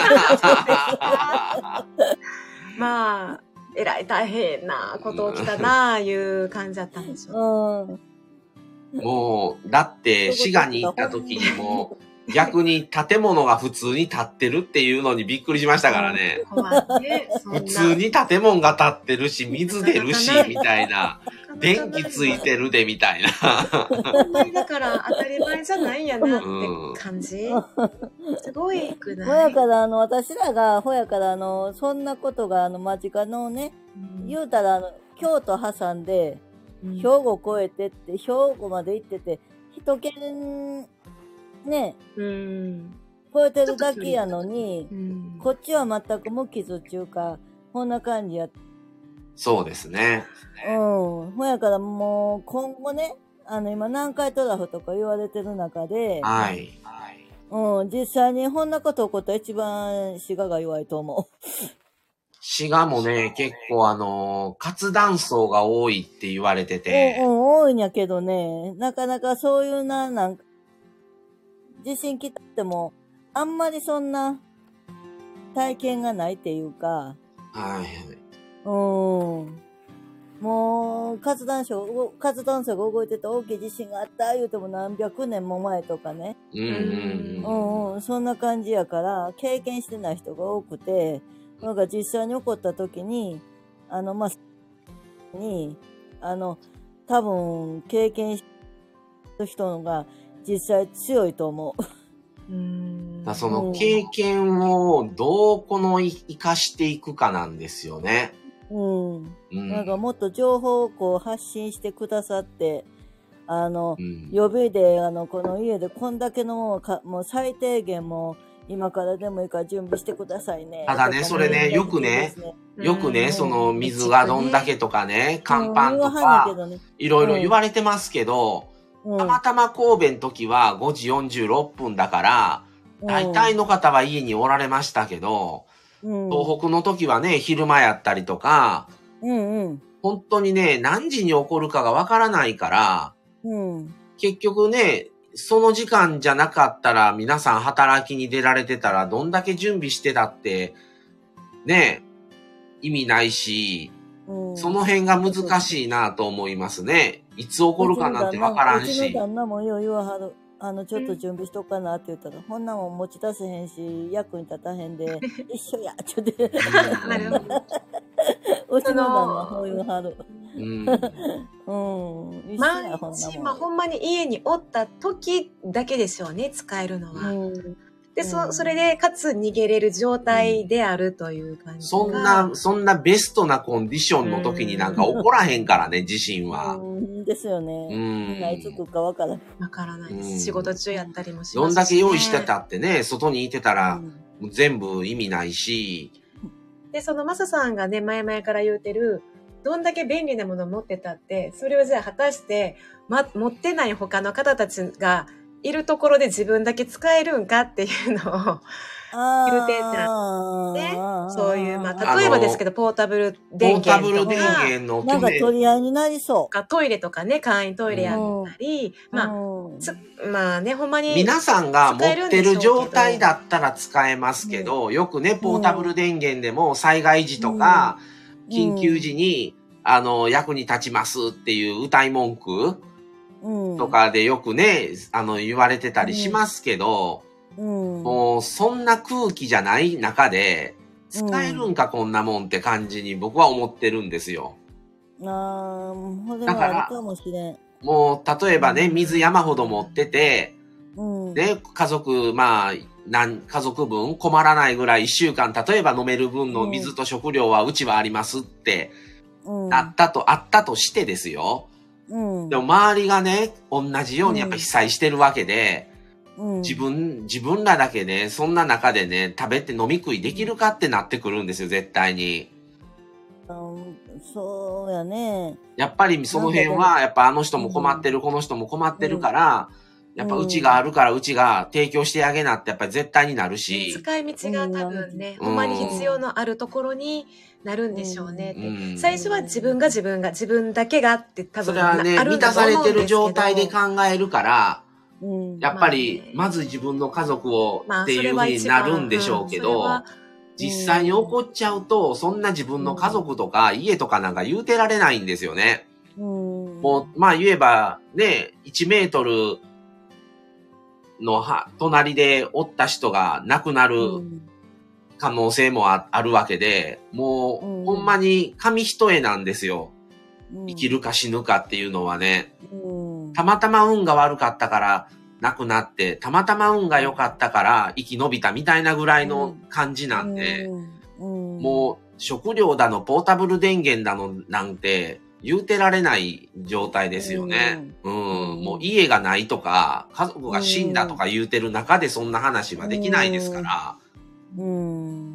まあ、えらい大変なこと起きたなあいう感じだったんでしょう。 うん、もう、だって滋賀に行った時にも、逆に建物が普通に建ってるっていうのにびっくりしましたからね。普通に建物が建ってるし、水出るし、みたいな。 電気ついてるで、みたいな。 ほんまにだから当たり前じゃないんやなって感じ、うん、すごいくない？ ほやからあの、私らが、ほやからあの、そんなことがあの、間近のね、うん、言うたらあの、京都挟んで、うん、兵庫越えてって、兵庫まで行ってて、一県、ね、うん、越えてるだけやのに、うん、こっちは全く無傷っていうか、こんな感じや。 そうですね。 うん。ほやからもう、今後ね、あの、今南海トラフとか言われてる中で、 はい。 うん、実際にこんなこと起こったら一番滋賀が弱いと思う。 滋賀もね、結構あの、活断層が多いって言われてて。 うん、うん、多いんやけどね、なかなかそういうな、なんか、地震来ても、あんまりそんな体験がないっていうか、 はい。 うん。もう、活断層、活断層が動いてて大きい地震があった言うても何百年も前とかね。 うんうんうん。 うんうん。そんな感じやから、経験してない人が多くて、なんか実際に起こった時に、あの、まあ、に、あの、多分、経験した人が実際強いと思う。 うん、その経験をどうこの生かしていくかなんですよね。 うん。うん、なんかもっと情報をこう発信してくださって、あの、うん、予備で、あの、この家でこんだけのものか、もう最低限も今からでもいいから準備してくださいね。 ただね、それね、よくね、よくね、その水がどんだけとかね、乾パンとか、いろいろ言われてますけど、たまたま神戸の時はごじよんじゅうろっぷんだから、大体の方は家におられましたけど、うん、東北の時はね、昼間やったりとか、うんうん、本当にね、何時に起こるかがわからないから、うん、結局ね、その時間じゃなかったら皆さん働きに出られてたらどんだけ準備してたって、ね、意味ないし、うん、その辺が難しいなと思いますね。いつ起こるかなんてわからんし。 うちの旦那もよう言わはる。あの、ちょっと準備しとくかなって言ったら、こんなもん持ち出せへんし、役に立たへんで、一緒やちょっと。うちの旦那そう言わはる。うん。 うん。毎日、まあ、ほんまに家におった時だけでしょうね、使えるのは。うんで、そ、それで、かつ逃げれる状態であるという感じが、 うん。そんな、そんなベストなコンディションの時になんか起こらへんからね、地震は。 うん、ですよね。うん。いつ来るかわからない。 わからないです。仕事中やったりもしますし、ね。 どんだけ用意してたってね、外にいてたら、うん、全部意味ないし。 で、そのマサさんがね、前々から言うてる、どんだけ便利なものを持ってたって、それをじゃあ果たして、ま、持ってない他の方たちが、いるところで自分だけ使えるんかっていうのを言うてたんで、そういう、まあ、例えばですけど、ポータブル電源とか。ポータブル電源のなんか取り合いになりそう。 トイレとかね、簡易トイレやったり、まあ、つまあね、ほんまに。 皆さんが持ってる状態だったら使えますけど、よくね、ポータブル電源でも災害時とか、緊急時に、あの、役に立ちますっていう歌い文句とかでよくね、あの、言われてたりしますけど、うんうん、もう、そんな空気じゃない中で、使えるんか、うん、こんなもんって感じに僕は思ってるんですよ。 ああ、だから、かもしれん。 もう、例えばね、水山ほど持ってて、うん、で、家族、まあ、何、家族分困らないぐらい一週間、例えば飲める分の水と食料はうちはありますって、なったと、あったとしてですよ。うん、でも周りがね、同じようにやっぱ被災してるわけで、うん、自分、自分らだけね、そんな中でね、食べて飲み食いできるかってなってくるんですよ、絶対に。 うん、そうやね。 やっぱりその辺は、やっぱあの人も困ってる、うん、この人も困ってるから、うん、やっぱうちがあるからうちが提供してあげなってやっぱり絶対になるし。 使い道が多分ね、うん、ほんまに必要のあるところに、なるんでしょうねって、うん、最初は自分が自分が自分だけがって多分それはね満たされてる状態で考えるから、うん、やっぱりまず自分の家族をっていうふうになるんでしょうけど、まあうん、実際に起こっちゃうとそんな自分の家族とか家とかなんか言うてられないんですよね。うん、もうまあ言えばねいちメートルの隣でおった人が亡くなる、うん可能性も あ, あるわけで、もう、うん、ほんまに紙一重なんですよ。 生きるか死ぬかっていうのはね、 うん、 たまたま運が悪かったから亡くなって、たまたま運が良かったから生き延びたみたいなぐらいの感じなんで、 うんうん、 もう食料だの、ポータブル電源だのなんて言うてられない状態ですよね。うん。うん、もう家がないとか、家族が死んだとか言うてる中でそんな話はできないですから。 うん。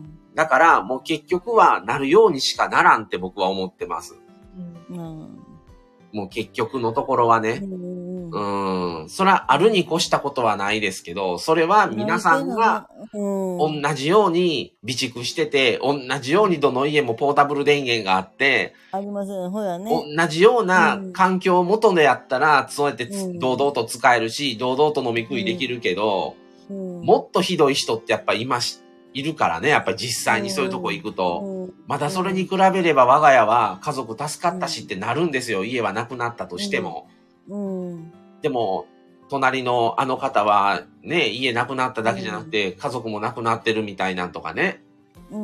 だからもう結局はなるようにしかならんって僕は思ってます。 うん。 もう結局のところはね。うん。うん。それはあるに越したことはないですけど、それは皆さんが同じように備蓄してて、同じようにどの家もポータブル電源があって、 ありますね。ほらね。 同じような環境元でやったら、そうやって堂々と使えるし、堂々と飲み食いできるけど、もっとひどい人ってやっぱいまし、いるからね。やっぱ実際にそういうとこ行くと。まだそれに比べれば我が家は家族助かったしってなるんですよ。家はなくなったとしても。でも、隣のあの方はね、家なくなっただけじゃなくて、家族もなくなってるみたいなんとかね。うん、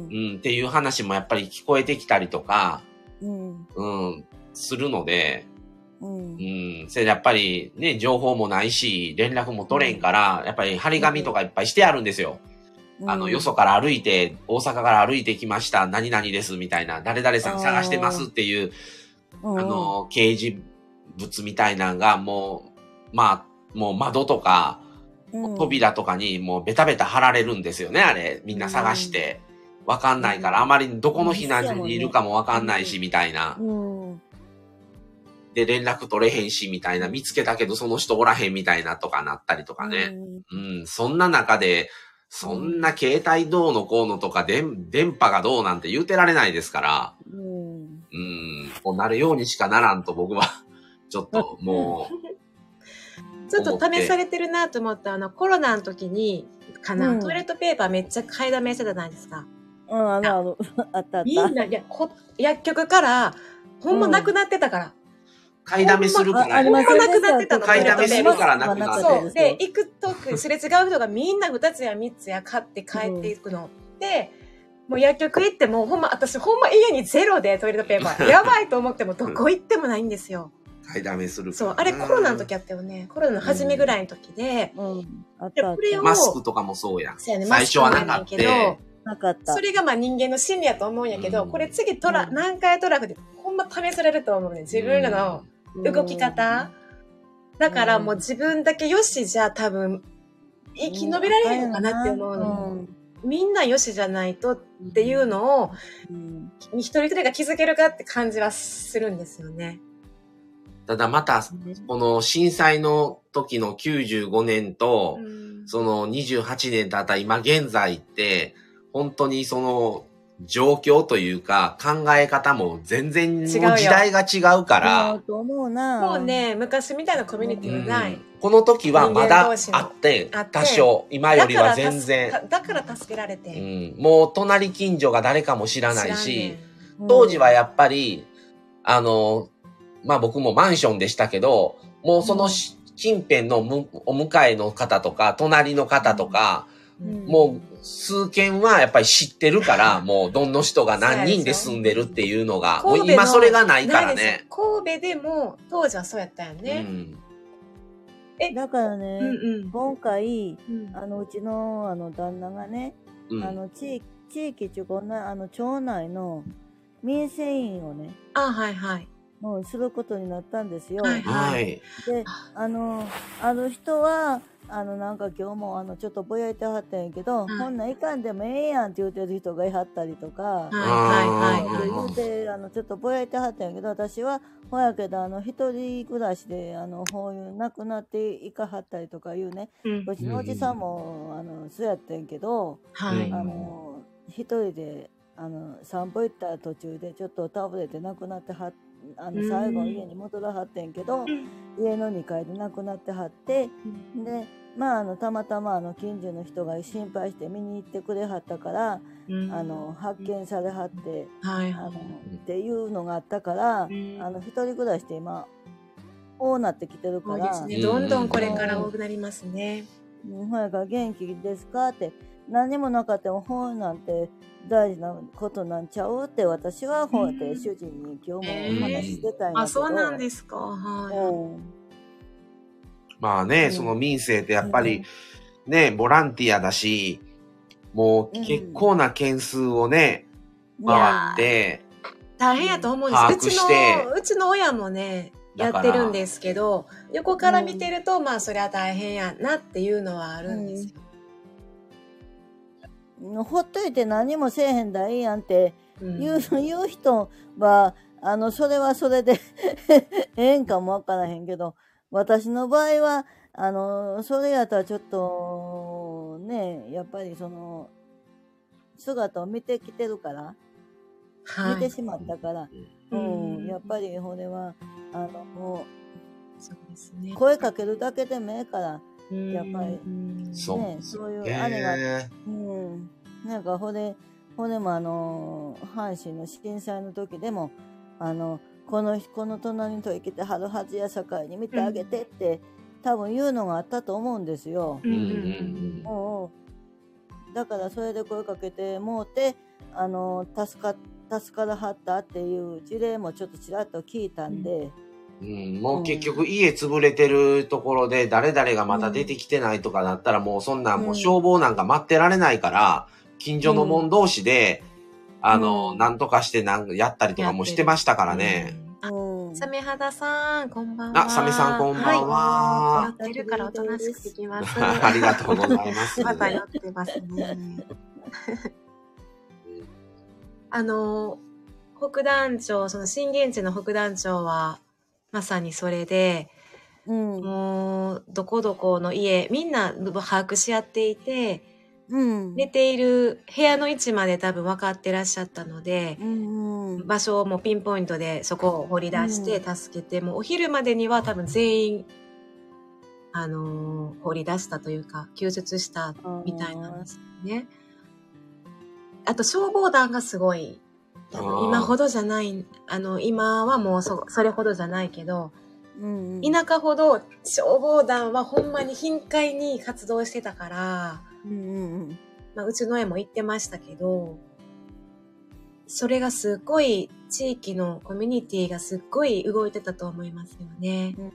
うん、っていう話もやっぱり聞こえてきたりとか、うん、うん、するので、うん、うん、それやっぱりね、情報もないし、連絡も取れんから、やっぱり張り紙とかいっぱいしてあるんですよ。あの、よそから歩いて、大阪から歩いてきました、何々です、みたいな、誰々さん探してますっていう、あの、掲示物みたいなのが、もう、まあ、もう窓とか、扉とかにもうベタベタ貼られるんですよね、あれ。みんな探して。わかんないから、あまりどこの避難所にいるかもわかんないし、みたいな。で、連絡取れへんし、みたいな。見つけたけど、その人おらへんみたいなとかなったりとかね。うん、そんな中で、そんな携帯どうのこうのとか、電、電波がどうなんて言うてられないですから、うん、うん、こうなるようにしかならんと僕は、ちょっともう。ちょっと試されてるなと思ったあの、コロナの時に、かな、うん、トイレットペーパーめっちゃ買いだめしてたじゃないですか。 うん、あの、あの、あったあった。 みんな、いや、こ薬局から、ほんまなくなってたから。うん、 買いだめするから。 ほんまなくなってたの。 買いだめするからなくなってた。 そう。で、行くとく、すれ違う人がみんなふたつやみっつや買って帰っていくの。うん、で、もう薬局行っても、ほんま、私ほんま家にゼロでトイレットペーパー。やばいと思ってもどこ行ってもないんですよ。 買いだめするから。 そう。あれコロナの時あったよね。コロナの初めぐらいの時で。うん。うん、 あったあった。 マスクとかもそうや。そうやね。最初はなかった。 なかった。 それがまあ人間の心理やと思うんやけど、うん、これ次トラ、うん、何回トラフでほんま試されると思うね。自分らの動き方。うん、だからもう自分だけよしじゃ多分生き延びられへんのかなって思うの。うん、みんなよしじゃないとっていうのを、うん、一人一人が気づけるかって感じはするんですよね。 ただまた、この震災の時のきゅうじゅうごねんと、うん、そのにじゅうはちねん経った今現在って、本当にその状況というか考え方も全然時代が違うから。 と思うな。 もうね、昔みたいなコミュニティはない。うん、 この時はまだあって、多少、今よりは全然。 だから助けられて、 うん。もう隣近所が誰かも知らないし、うん、当時はやっぱり、あの、まあ僕もマンションでしたけど、もうその近辺のお迎えの方とか、隣の方とか、うん、もう数軒はやっぱり知ってるから、もうどの人が何人で住んでるっていうのが、もう今それがないからね。 神戸でも当時はそうやったよね。うん、 えだからね、うんうん、今回、うん、あのうちのあの旦那がね、うん、あの地地域ちゅうかあの町内の民生委員をね、 あはいはい。 もうすることになったんですよ。 はいはい。 で、あの、ある人は、あの、なんか今日も、あの、ちょっとぼやいてはったんやけど、はい、こんなんいかんでもええやんって言うてる人がいはったりとか、はいはいはい。 言うて、あの、ちょっとぼやいてはったんやけど、私は、ほやけど、あの、一人暮らしで、あの、こういう亡くなっていかはったりとかいうね、うん、うちのおじさんも、あの、そうやったんやけど、はい、あの、一人で、あの、散歩行った途中で、ちょっと倒れて亡くなってはって、あの最後家に戻らはってんけど、うん、家のにかいで亡くなってはって、うん、でまああのたまたまあの近所の人が心配して見に行ってくれはったから、うん、あの発見されはって、はい、あのっていうのがあったから、うん、あの一人暮らしで今多なってきてるから、 そうですね、どんどんこれから多くなりますね。 うん、ほやから元気ですかって何もなかったも本なんて大事なことなんちゃうって私は本って主人に今日も話してたんやけど、 あ、そうなんですか。はい。うん、 まあね、うん、その民生ってやっぱりね、ボランティアだし、もう結構な件数をね、うん、回って、 大変やと思うんです。うちの、うちの親もね、やってるんですけど、横から見てると、うん、まあそりゃ大変やなっていうのはあるんですよ。 うん、ほっといて何もせえへんだいいやんって言う、うん、言う人は、あの、それはそれでええんかもわからへんけど、私の場合は、あの、それやったらちょっと、ね、やっぱりその、姿を見てきてるから、はい、見てしまったから、うん、うん、やっぱりこれは、あの、もう、そうですね、声かけるだけでもええから、やっぱり、ね、そうそういうあれが、うん、なんかほれ、ほれもあの、阪神の震災の時でも、あの、この、この隣にと生きてはるはずやさかいに見てあげてって、うん、多分言うのがあったと思うんですよ。うんうんうん、だからそれで声かけてもうて、あの、助か、助からはったっていう事例もちょっとちらっと聞いたんで、 うん、もう結局家潰れてるところで誰々がまだ出てきてないとかだったら、もうそんなんもう消防なんか待ってられないから、近所の者同士で、うん、あの、なんとかしてなんやったりとかもしてましたからね。 うん、サメ肌さん、こんばんは。 あ、サメさんこんばんは。 はい、寄ってるからおとなしく聞きます。 ありがとうございます。 また寄ってますね。あの、北団長、その震源地の北団長は、まさにそれで、うん、もう、どこどこの家、みんな把握し合っていて、うん、寝ている部屋の位置まで多分分かってらっしゃったので、うんうん、場所をもうピンポイントでそこを掘り出して助けて、うん、もうお昼までには多分全員、あのー、掘り出したというか、救出したみたいなんですよね。あと消防団がすごい、今ほどじゃない、あの、今はもう そ, それほどじゃないけど、うんうん、田舎ほど消防団はほんまに頻回に活動してたから、うんうんうんまあ、うちの親も言ってましたけど、それがすっごい地域のコミュニティがすっごい動いてたと思いますよね。うんうん、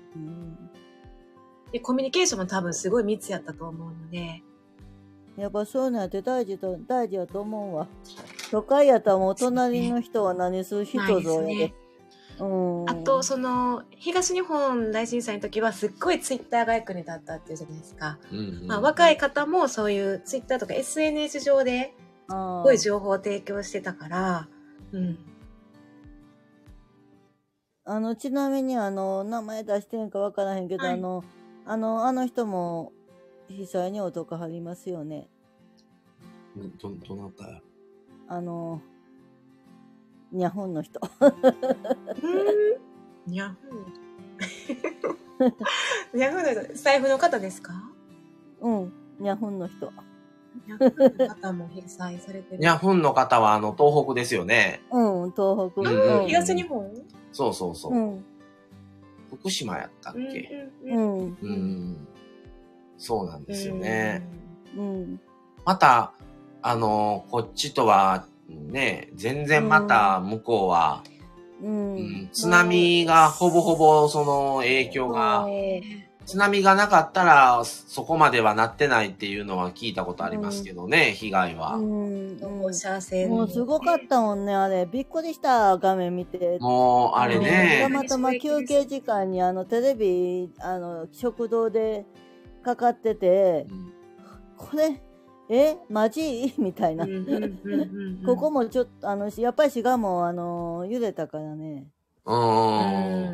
でコミュニケーションも多分すごい密やったと思うので。 やっぱそういうのやって大事と大事やと思うわ。都会やったらもう隣の人は何する人ぞやで。うん、 あとその東日本大震災の時はすっごいツイッターが役に立ったっていうじゃないですか、うんうんまあ、若い方もそういうツイッターとか エスエヌエス 上ですごい情報を提供してたから、うん、 あのちなみにあの名前出してんか分からへんけど、はい、あのあのあの人も被災に男張りますよね。 どどなたや？ あのニャフンの人。 ニャフン。ニャフンの人、財布の方ですか？ うん、ニャフンの人。 ニャフンの方も被災されてる。 ニャフンの方はあの東北ですよね。 うん、東北。 うんうん、東日本？ そうそうそう。うん、福島やったっけ？うん、うん、うん。そうなんですよね。うん。またあのこっちとは。ね、全然また向こうは、うんうん、津波がほぼほぼその影響が、津波がなかったらそこまではなってないっていうのは聞いたことありますけどね、うん、被害は、うんうん、もうすごかったもんねあれびっくりした画面見てもうあれねたまたま休憩時間にあのテレビあの食堂でかかってて、うん、これえマジみたいな。ここもちょっと、あの、やっぱり滋賀も、あの、揺れたからね。うん。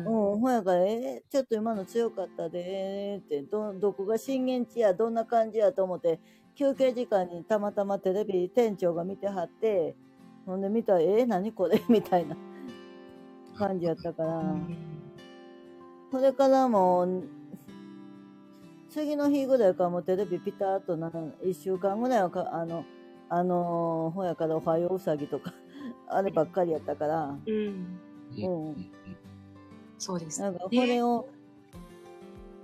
うん、ほやから、えちょっと今の強かったで、って、ど、どこが震源地や、どんな感じやと思って、休憩時間にたまたまテレビ店長が見てはって、ほんで見たら、え何これみたいな感じやったから。それからもう、次の日ぐらいからもうテレビピタッとないっしゅうかんぐらいはかあのあのー、ほやからおはよううさぎとかあればっかりやったから、うん、うん、 そうです、 ね。なんかこれを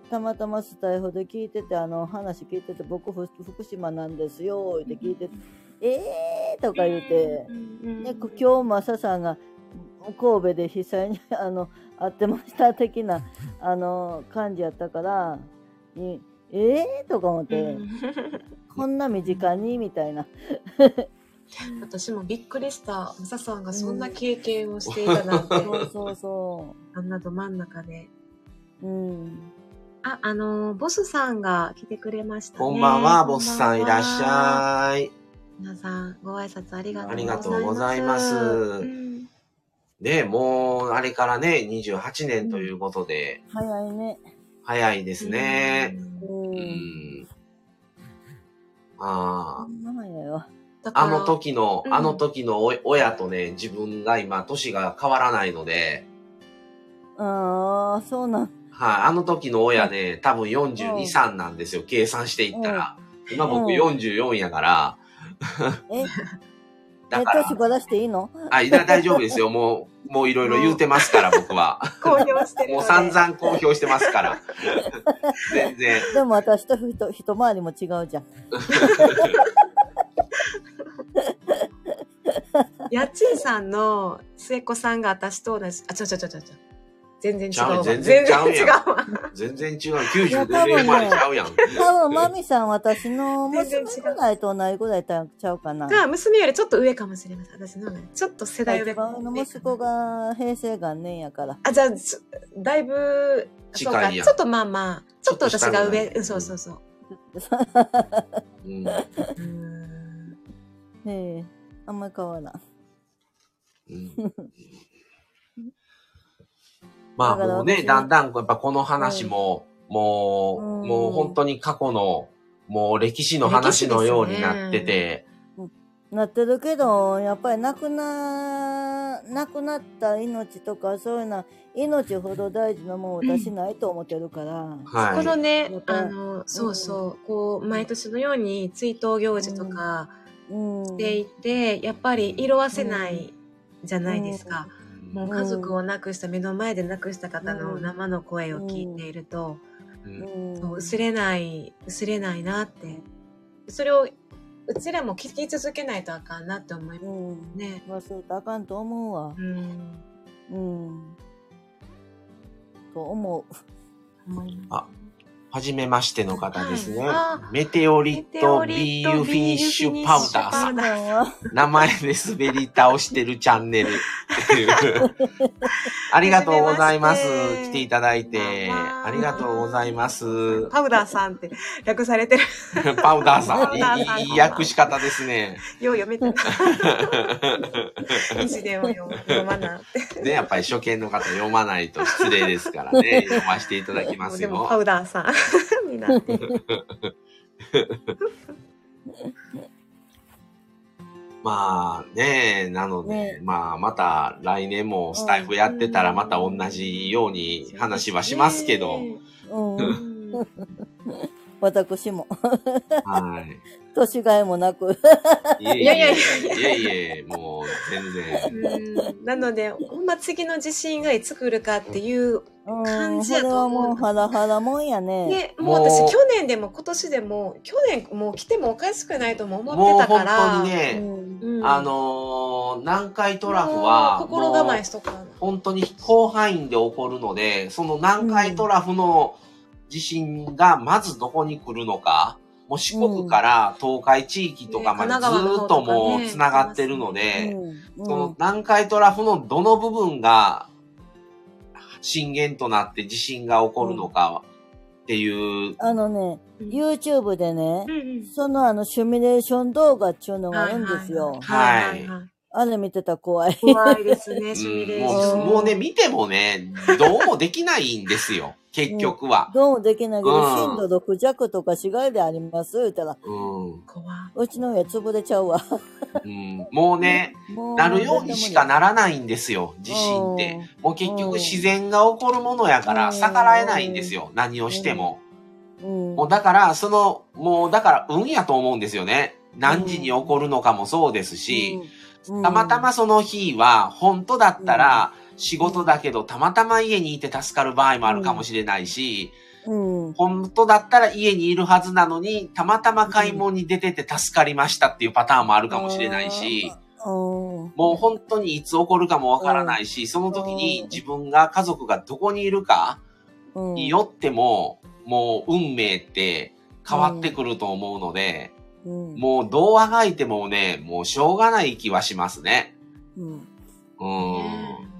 たまたまスタイフで聞いてて、あの話聞いてて、僕福島なんですよって聞いてて、えーとか言うて、で今日マサさんが神戸で実際にあの会ってました的なあの感じやったから、にえーとか思って、こんな身近にみたいな。 私もびっくりした。マサさんがそんな経験をしていたなんて。 うん、そうそうそう。 あんなど真ん中で。 うん。 あ、あのー、ボスさんが来てくれましたね。 こんばんは、ボスさんいらっしゃい。 皆さん、ご挨拶ありがとうございます。 ありがとうございます。うん、で、もう、あれからね、にじゅうはちねんということで。 うん、早いね。 早いですね。 うん。うん、 ああ。 早いわ。 あの時の、うん、あの時の親とね、自分が今、年が変わらないので。 ああ、そうなん。 はい、あの時の親ね、多分よんじゅうに、さんなんですよ、計算していったら。うん、今僕よんじゅうよんやから。 えだから。え、年ばらしていいの？ あ、いや、大丈夫ですよ。もう、もういろいろ言うてますから、僕は。 公表してる。 もう散々公表してますから。全然。 でも私と一一回りも違うじゃん。 やっちんさんの末っ子さんが私と同じ、あ、ちょちょちょちょちょ。全然違うわ。 全然違うやん。 全然違うわ。 全然違う。きゅうじゅうごねん生まれちゃうやん。 多分、マミさん、私の娘ぐらいと同じぐらいちゃうかな。 が、娘よりちょっと上かもしれません。私のちょっと世代上。 一番の息子が平成元年やから。 あ、じゃあ、だいぶ、 近いやん。 ちょっとまあまあ、ちょっと私が上。うん、そうそうそう。 うん。ねえ、あんまり変わらん。うんまあもうね、だんだんやっぱこの話も、うん、もう、うん、もう本当に過去の、もう歴史の話のようになってて。 ね、なってるけど、やっぱり亡くな、亡くなった命とかそういうのは、命ほど大事なもん私ないと思ってるから。うん、 はい。このね、あの、そうそう、うん、こう、毎年のように追悼行事とかしていて、やっぱり色あせないじゃないですか。うんもう家族を亡くした、目の前で亡くした方の生の声を聞いていると、うんうん、薄れない、薄れないなって。それを、うちらも聞き続けないとあかんなって思いますね。 うん、忘れたらあかんと思うわ。うん。うん。と思う。 あ、はじめましての方ですね。はい、メテオリットビーユフィニッシュパウダーさん。名前で滑り倒してるチャンネル。ありがとうございます。来ていただいて。ありがとうございます。 パウダーさんって略されてる。 パウダーさん。いい訳し方ですね。 よう読めてた。一年を読まなって。 ね、やっぱり初見の方読まないと失礼ですからね。読ませていただきますよ。 でもパウダーさん。になってまあね、なので、ね、まあまた来年もスタイフやってたらまた同じように話はしますけど。 うん、私も。 はい。 年がいもなく。 いやいやいやいやいや、もう全然。なので、ほんま次の地震がいつ来るかっていう感じやと思う。 それはもうハラハラもんやね。 ね、もう私去年でも今年でも、去年もう来てもおかしくないとも思ってたから。 もう本当にね、うん、あのー、南海トラフは、 心構えしとか本当に広範囲で起こるので、その南海トラフの地震がまずどこに来るのか、もう四国から東海地域とかまでずっともう繋がってるので、その南海トラフのどの部分が震源となって地震が起こるのかっていう。 あのね、YouTube でね、そのあのシミュレーション動画っていうのがあるんですよ。 はい。 あれ見てたら怖い。 怖いですね、シミュレーション。 もう、もうね、見てもね、どうもできないんですよ。結局は、 うん。どうもできないけど、うん、震度ろく弱とか市街であります言ったら、 うん、 うちの家潰れちゃうわ。 うん、もうね、うなるようにしかならないんですよ、地震って。うん、もう結局自然が起こるものやから、逆らえないんですよ、うん、何をしても。うん、もうだから、その、もうだから運やと思うんですよね。何時に起こるのかもそうですし、うん、たまたまその日は、本当だったら、仕事だけど、たまたま家にいて助かる場合もあるかもしれないし、 うん。 本当だったら家にいるはずなのに、たまたま買い物に出てて助かりましたっていうパターンもあるかもしれないし、 うん。 もう本当にいつ起こるかもわからないし、その時に自分が家族がどこにいるかによっても、もう運命って変わってくると思うので、うん、もうどうあがいてもね、もうしょうがない気はしますね。うん。うん。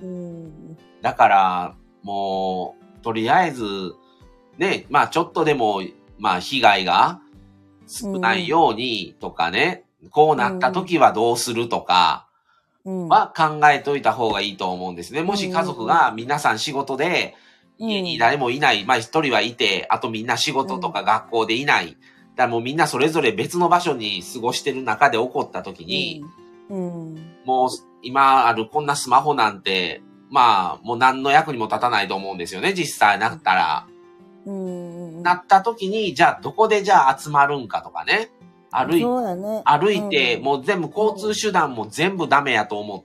だから、もう、とりあえず、ね、まあちょっとでも、まあ被害が少ないようにとかね、うん、こうなった時はどうするとかは考えといた方がいいと思うんですね。もし家族が皆さん仕事で家に誰もいない、まあ一人はいて、あとみんな仕事とか学校でいない。だからもうみんなそれぞれ別の場所に過ごしてる中で起こった時に、うんうん、もう今あるこんなスマホなんて、まあもう何の役にも立たないと思うんですよね、実際なったら。うんうん、なった時に、じゃあどこでじゃあ集まるんかとかね。歩い、ね、歩いて、うん、もう全部交通手段も全部ダメやと思って、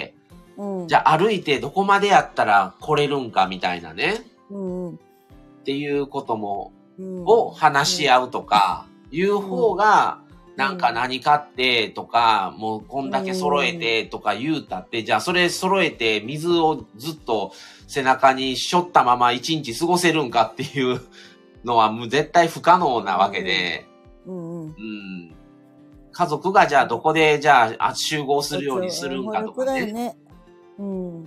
うん、じゃあ歩いてどこまでやったら来れるんかみたいなね。うん、っていうことも、を話し合うとか、いう方が、なんか何かってとか、もうこんだけ揃えてとか言うたって、じゃあそれ揃えて水をずっと背中に背負ったまま一日過ごせるんかっていうのはもう絶対不可能なわけで、うんうん、家族がじゃあどこでじゃあ集合するようにするんかとかね、うん、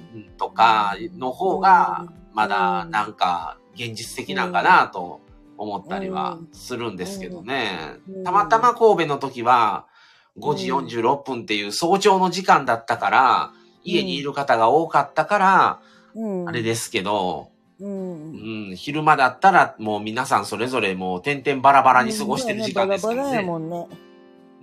とかの方がまだなんか現実的なんかなと思ったりはするんですけどね。たまたま神戸の時はごじよんじゅうろっぷんっていう早朝の時間だったから、家にいる方が多かったから、あれですけど、うんうん、昼間だったらもう皆さんそれぞれもう点々バラバラに過ごしてる時間ですからね。バラバラやもんね。うん。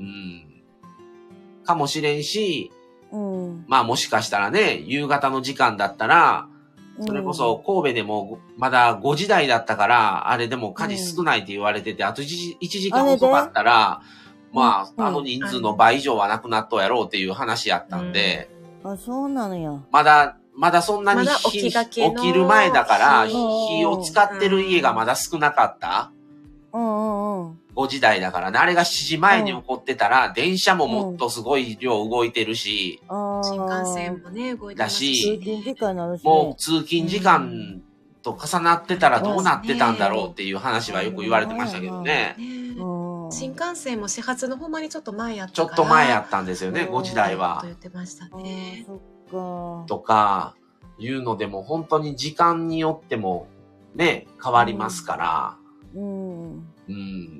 かもしれんし、うん、まあもしかしたらね、夕方の時間だったら、それこそ神戸でもまだごじ台だったから、あれでも火事少ないって言われてて、あといちじかん遅かったら、まあ、あの人数の倍以上はなくなっとうやろうっていう話やったんで、 あ、そうなのや。 まだ、まだそんなに起きる前だから、火を使ってる家がまだ少なかった。ごじ台だからね。あれがしちじまえに起こってたら、電車ももっとすごい量動いてるし、 新幹線もね、動いてるし、もう通勤時間と重なってたらどうなってたんだろうっていう話はよく言われてましたけどね。 新幹線も始発のほんまにちょっと前やったから。ちょっと前やったんですよね、ごじ台は。 と言ってましたね。 とか、いうのでも本当に時間によってもね、変わりますから。うんうん、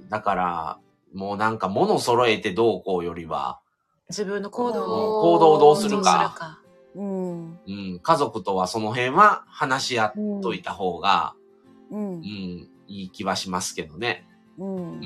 だから、もうなんか物揃えてどうこうよりは、 自分の行動を、行動をどうするか。うん、うん、家族とはその辺は話し合っといた方が、うん、うん、いい気はしますけどね。うん。うん、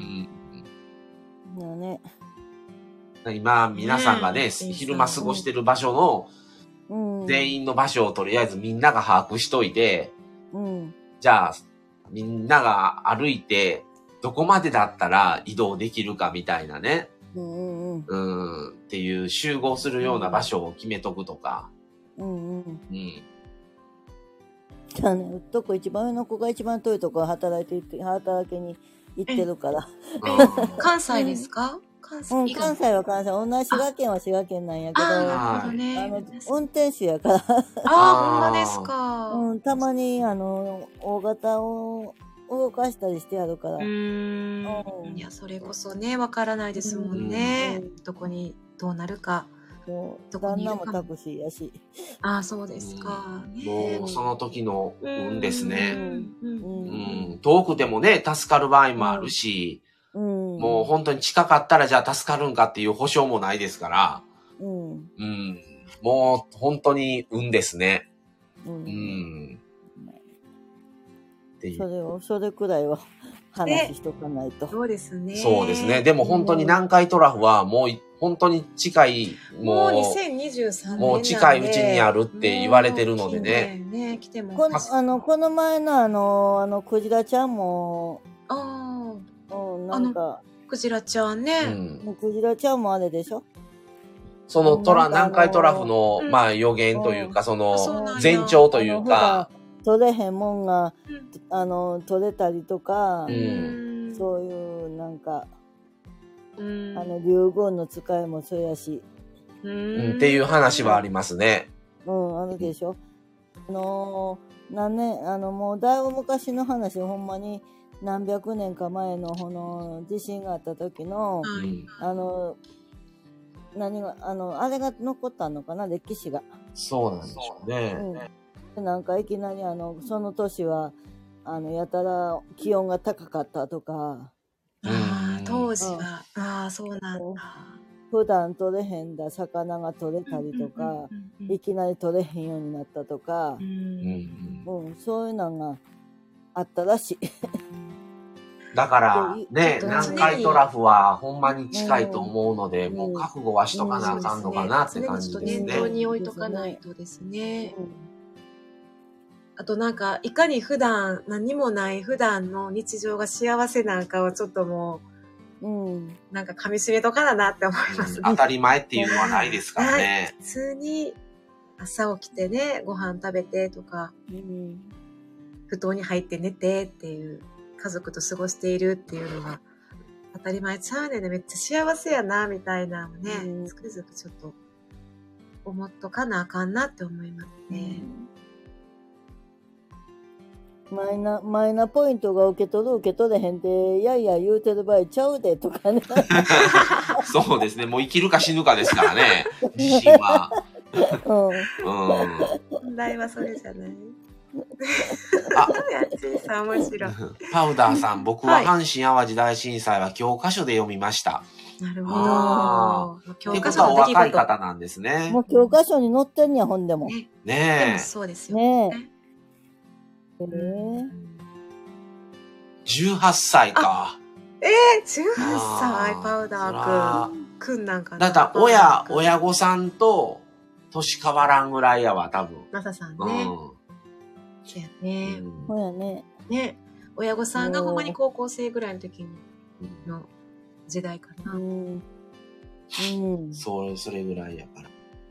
ね、今、皆さんがね、ね昼間過ごしてる場所の、全員の場所をとりあえずみんなが把握しといて、うん、じゃあ、みんなが歩いて、どこまでだったら移動できるかみたいなね。うんうん、うんっていう集合するような場所を決めとくとか。うんうん。うん。 じゃあね、うっとこ一番上の子が一番遠いとこ働いていて、働きに行ってるから。 うん、関西ですか？ 関西、うん、関西は関西。同じ滋賀県は滋賀県なんやけど、あ、なるほどね、あの運転手やから。ああ、ほんまですか。 うん、たまにあの大型を動かしたりしてやるから。うーん、うん、いや、それこそね、わからないですもんね。うん、どこにどうなるか。 そうどこにいるか。旦那もタクシーやし。 ああ、そうですか。 うんね、もうその時の運ですね。うんうん、遠くてもね、助かる場合もあるし、うん、もう本当に近かったらじゃあ助かるんかっていう保証もないですから、うん、うん、もう本当に運ですね。うん。うんそれを、それくらいは話しとかないと。 そうですね。 そうですね。でも本当に南海トラフはもう本当に近い、 もう、もうにせんにじゅうさんねんもう近いうちにあるって言われてるのでね。 ね、来てもこの、あの、この前のあの、あの、クジラちゃんも、ああ、うん、なんか、 クジラちゃんね。 うん、クジラちゃんもあれでしょ？ そのトラ、南海トラフの、まあ予言というか、その前兆というか、 取れへんもんが、あの、取れたりとか、 うん、 そういうなんか、 うん、 あの、竜言の使いもそうやし。 うん、っていう話はありますね。 うん、あるでしょ。あのー、何年、あの、もうだいぶ昔の話、ほんまに何百年か前の、この、地震があった時の、 はい、 あの、何が、あの、あれが残ったのかな、歴史が。 そうなんでしょうね。 うん。なんかいきなり、あの、その年は、あの、やたら気温が高かったとか。 ああ、当時は、うん、ああ、そうなんだ。 普段取れへんだ魚が取れたりとか、いきなり取れへんようになったとか、うん、うん、そういうのがあったらしい。 だから、ね、南海トラフはほんまに近いと思うので、うん、もう覚悟はしとかなあかんのかなって感じですね。 常にちょっと念頭に置いとかないとですね。うん、あとなんか、いかに普段、何もない普段の日常が幸せなんかをちょっともう、うん、なんか噛み締めとかだなって思いますね、 うん。当たり前っていうのはないですからね。 普通に朝起きてね、ご飯食べてとか、うん、布団に入って寝てっていう、家族と過ごしているっていうのが当たり前ちゃうねんね。めっちゃ幸せやな、みたいなのね、うん、つくづくちょっと思っとかなあかんなって思いますね。 うん、マイナ、マイナポイントが受け取る受け取れへんで、やいや言うてる場合ちゃうでとかね。 そうですね。もう生きるか死ぬかですからね。自信は。 うん。うん。 問題はそれじゃない。あ、やちさん面白い。 パウダーさん、僕は阪神淡路大震災は教科書で読みました。 なるほど。 教科書のお若い方なんですね。 もう教科書に載ってんや、本でも。 ねえ。 でもそうですよね。え。 じゅうはっさいか。 えー、じゅうはっさい、パウダーくん。くんなんかな。 だから親、親御さんと年変わらんぐらいやわ、多分。 マサさんね。うんそうやね。 そうやね。 ね。親御さんがほんまに高校生ぐらいの時の時代かな。うん。 うん。そう、それぐらいやから。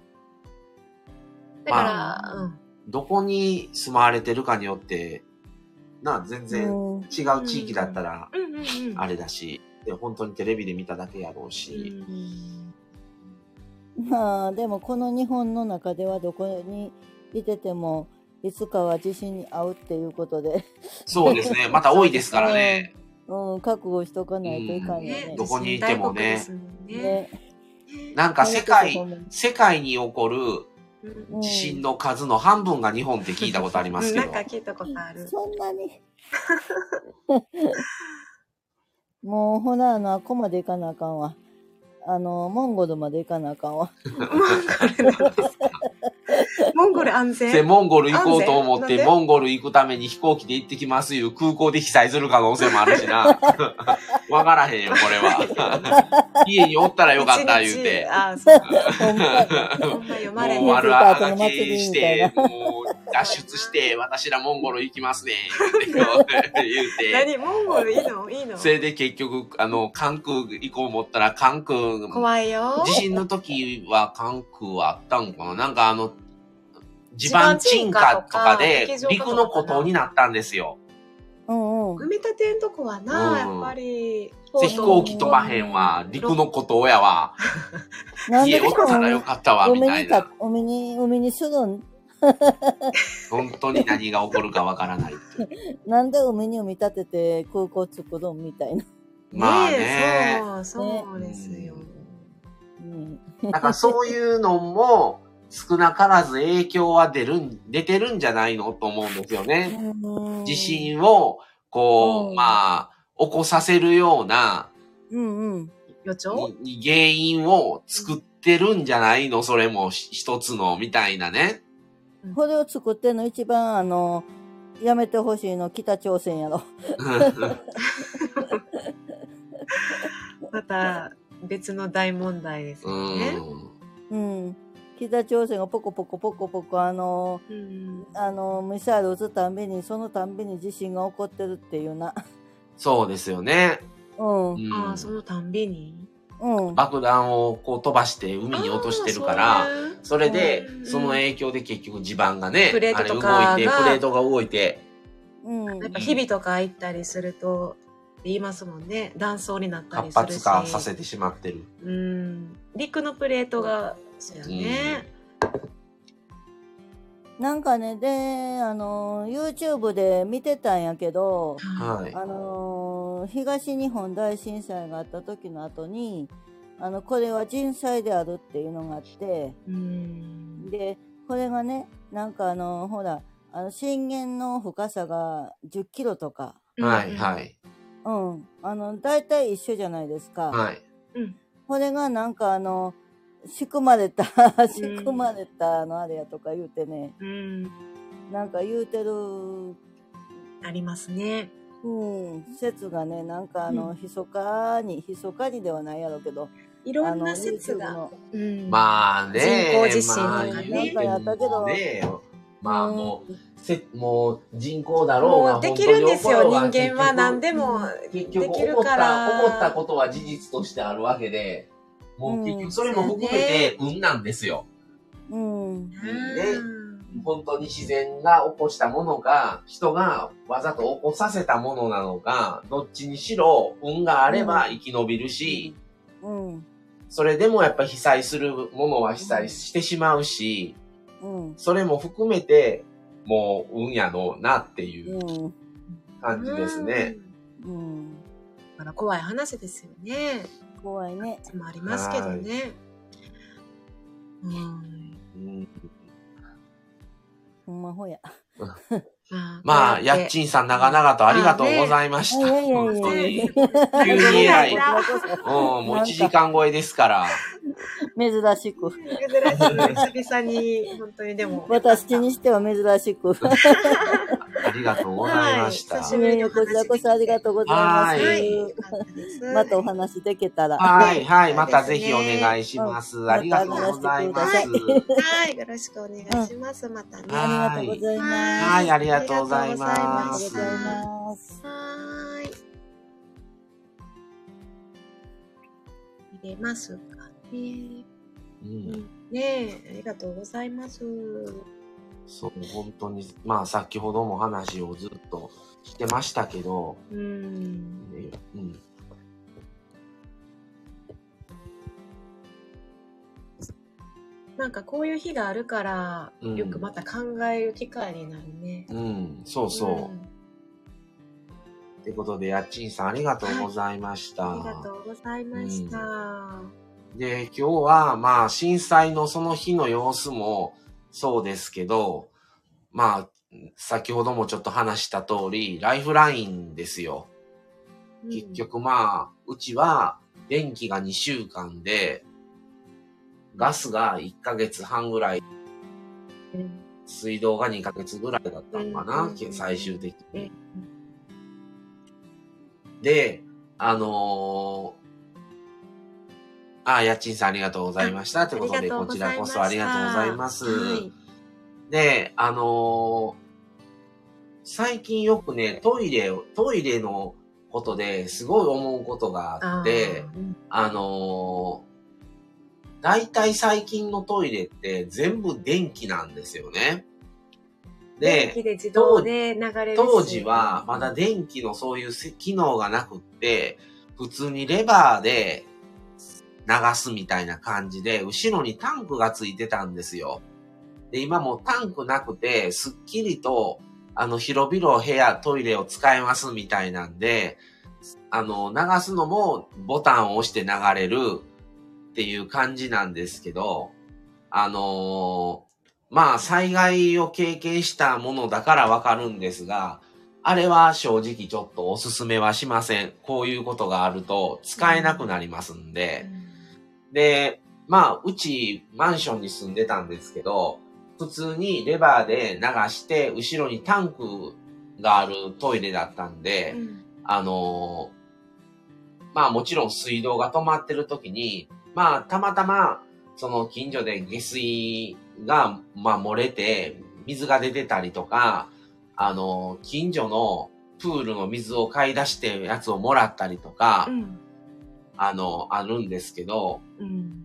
だから、まあ、うん。 どこに住まわれてるかによって、な、全然違う地域だったら、あれだし、で、本当にテレビで見ただけやろうし。 うん、まあ、でもこの日本の中ではどこにいてても、いつかは地震に遭うっていうことで。 そうですね。また多いですからね。 うん、覚悟しとかないといかんよね。 うん、どこにいてもね。 ねなんか世界、世界に起こる地震の数の半分が日本って聞いたことありますけど。 なんか聞いたことある。 そんなに。もうほら、あの、あこまで行かなあかんわ。あの、モンゴルまで行かなあかんわ。 モンゴルなんですか？モンゴル安全？ モンゴル行こうと思って、モンゴル行くために飛行機で行ってきますいう空港で被災する可能性もあるしな。わからへんよ、これは。家におったらよかった言うて。 ああ、そうか。ほんま読まれへん。 もう悪あがけして、もう脱出して、私らモンゴル行きますね。言うて。 何モンゴルいいのいいの？ それで結局、あの、関空行こう思ったら、関空、 怖いよ。 地震の時は関空はあったんかな？なんかあの、地盤沈下とかで陸の孤島になったんですよ。 うんうん。 埋め立てんとこはな、うん、やっぱり。 飛行機飛ばへんわ、陸の孤島やわ。家おったらよかったわ、みたいな。 海に、海にするん本当に何が起こるかわからないっていう。 なんで海に埋め立てて空港作るんみたいな。 まあね。 そう、そうですよ。 うん。だからそういうのも、少なからず影響は出るん、出てるんじゃないのと思うんですよね。地震を、こう、うん、まあ、起こさせるような、 うんうん。 予兆に原因を作ってるんじゃないのそれも一つの、みたいなね。 これを作ってんの一番、あの、やめてほしいの北朝鮮やろ。 また別の大問題ですよね。 うん。うん北朝鮮がポコポコポコポコあの、うん、あのミサイル撃つたんびにそのたんびに地震が起こってるっていうな。 そうですよね。 うん。 うん、ああそのたんびに。 うん、 爆弾をこう飛ばして海に落としてるから、それで、その影響で結局地盤がね、 プレートとかあれ動いて、 かプレートが動いて。 うん。 やっぱ日々とか行ったりすると、言いますもんね。断層になったりするし。 活発化させてしまってる。 うん。陸のプレートが、そうやね。 なんかね、で、あの、YouTube で見てたんやけど、 はい。 あの、東日本大震災があった時の後に、あの、これは人災であるっていうのがあって、 うん、 で、これがね、なんかあの、ほら、あの、震源の深さがじゅっキロとか。 はいはい。 うん。あの、大体一緒じゃないですか。 はい。 うん。 これがなんかあの、仕組まれた、仕組まれたのあれやとか言うてね、 うん、 なんか言うてる。 ありますね。 うん、説がね、なんかあの、ひそかに、ひそかにではないやろうけど、 いろんな説が。 うん、まあね、 人工地震とかね。 なんかやったけど、 ね、まあもう、せもう人工だろうが、 もうできるんですよ、人間は何でも結局起こった、起こったことは事実としてあるわけで、もう結局それも含めて運なんですよ。 うん。 うん、で、本当に自然が起こしたものか、人がわざと起こさせたものなのか、どっちにしろ運があれば生き延びるし、 うん、 それでもやっぱ被災するものは被災してしまうし、 うん、 それも含めてもう運やのなっていう感じですね。 うん。うん、 だから怖い話ですよね。 怖いね。 もありますけどね。うん。 うん。 ほんまほや。 まあ、やっちんさん長々とありがとうございました。 ね、 本当に。急に偉い。うん、もういちじかん超えですから。 珍しく。 珍しく、久々に、本当にでも。 私にしては珍しく。 ありがとうございました。 はい、こちらこそありがとうございます。はい、またお話できたら。 はい、はい、またぜひお願いします。うん、ありがとうございます。 はい、よろしくお願いします。またね。 ありがとうございます。 はい、ありがとうございます。 はい。入れますかね。うん、ねえ、ありがとうございます。 そう、本当に、まあ先ほども話をずっとしてましたけど、 うん、 ね、うん。 なんかこういう日があるから、うん、よくまた考える機会になるね。 うん、そうそう。うん、ってことで、やっちんさんありがとうございました。 はい、ありがとうございました。うん、 で、今日はまあ震災のその日の様子もそうですけど、まあ、先ほどもちょっと話した通り、ライフラインですよ。うん、結局まあ、うちは電気がにしゅうかんで、ガスがいっかげつはんぐらい、うん、水道がにかげつぐらいだったのかな、うん、最終的に。うん、で、あのー、あ、家賃さんありがとうございました。ということで、こちらこそありがとうございます。はい、で、あのー、最近よくね、トイレを、トイレのことですごい思うことがあって、あ、うん、あのー、大体最近のトイレって全部電気なんですよね。 で、電気で自動で流れるし、 当時はまだ電気のそういう機能がなくって、普通にレバーで流すみたいな感じで、後ろにタンクがついてたんですよ。で、今もうタンクなくて、すっきりと、あの、広々部屋、トイレを使えますみたいなんで、あの、流すのもボタンを押して流れるっていう感じなんですけど、あのー、まあ、災害を経験したものだからわかるんですが、あれは正直ちょっとおすすめはしません。こういうことがあると使えなくなりますんで。うん、で、まあ、うちマンションに住んでたんですけど、普通にレバーで流して、後ろにタンクがあるトイレだったんで、うん、あのー、まあもちろん水道が止まってる時に、まあたまたまその近所で下水がまあ漏れて水が出てたりとか、あのー、近所のプールの水を買い出してやつをもらったりとか、うん、 あの、あるんですけど、 うん、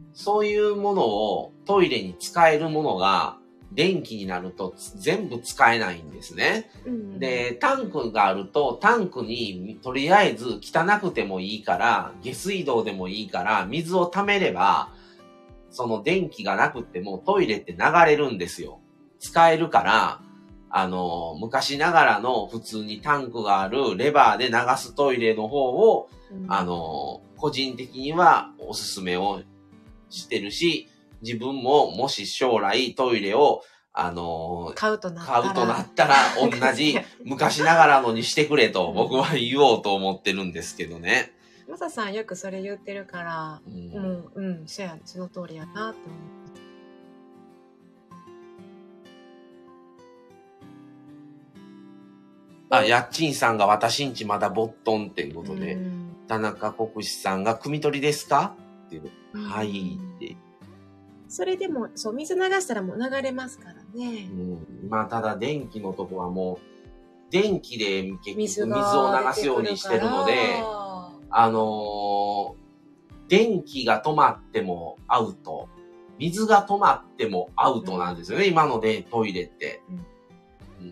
そういうものをトイレに使えるものが電気になると全部使えないんですね。うん、で、タンクがあるとタンクにとりあえず汚くてもいいから、下水道でもいいから水を溜めれば、その電気がなくってもトイレって流れるんですよ。使えるから、あの、昔ながらの普通にタンクがあるレバーで流すトイレの方を、うん、あの、個人的にはおすすめをしてるし、自分ももし将来トイレを、あの、 買うとなったら、 買うとなったら同じ昔ながらのにしてくれと僕は言おうと思ってるんですけどね。 マサさんよくそれ言ってるから、うん、うん、うん、そや、その通りやなって思う。 あ、やっちんさんが私んちまだボットンっていうことで、田中国士さんが汲み取りですかっていう。はいって。 それでも、そう、水流したらもう流れますからね。 うん。まあ、ただ電気のとこはもう、電気で結局水を流すようにしてるので、あのー、電気が止まってもアウト。水が止まってもアウトなんですよね、うん、今のでトイレって。うんうん、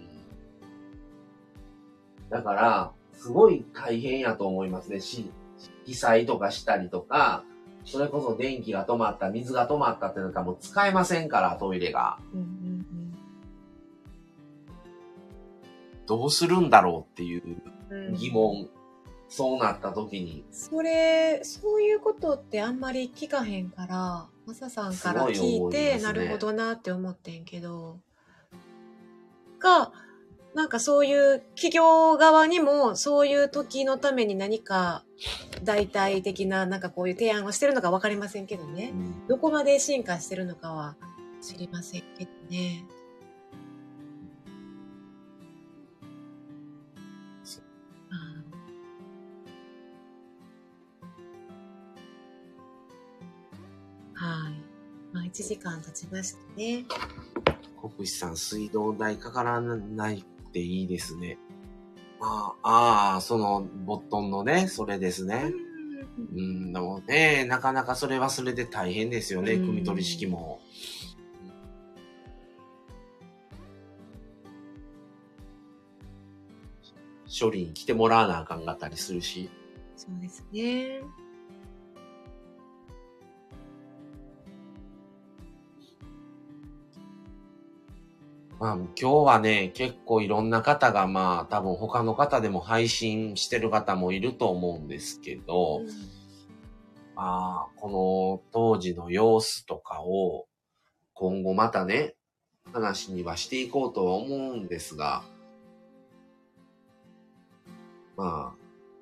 だから、すごい大変やと思いますね。し被災とかしたりとか、それこそ電気が止まった、水が止まったってなんかもう使えませんから、トイレが。うんうんうん、どうするんだろうっていう疑問。うん、そうなった時に。 それ、そういうことってあんまり聞かへんから、マサさんから聞いて、ね、なるほどなって思ってんけど。が、なんかそういう企業側にもそういう時のために何か代替的ななんかこういう提案をしてるのか分かりませんけどね、うん、どこまで進化してるのかは知りませんけどね。はい。まあいちじかん経ちましたね。 国士さん、水道代かからないっていいですね。ああ、ああ、その、ボットンのね、それですね。うん、でもね、なかなかそれはそれで大変ですよね、汲み取り式も。処理に来てもらわなあかんかったりするし。 そうですね。 まあ、今日はね、結構いろんな方が、まあ、多分他の方でも配信してる方もいると思うんですけど、うん、まあ、この当時の様子とかを、今後またね、話にはしていこうとは思うんですが、まあ、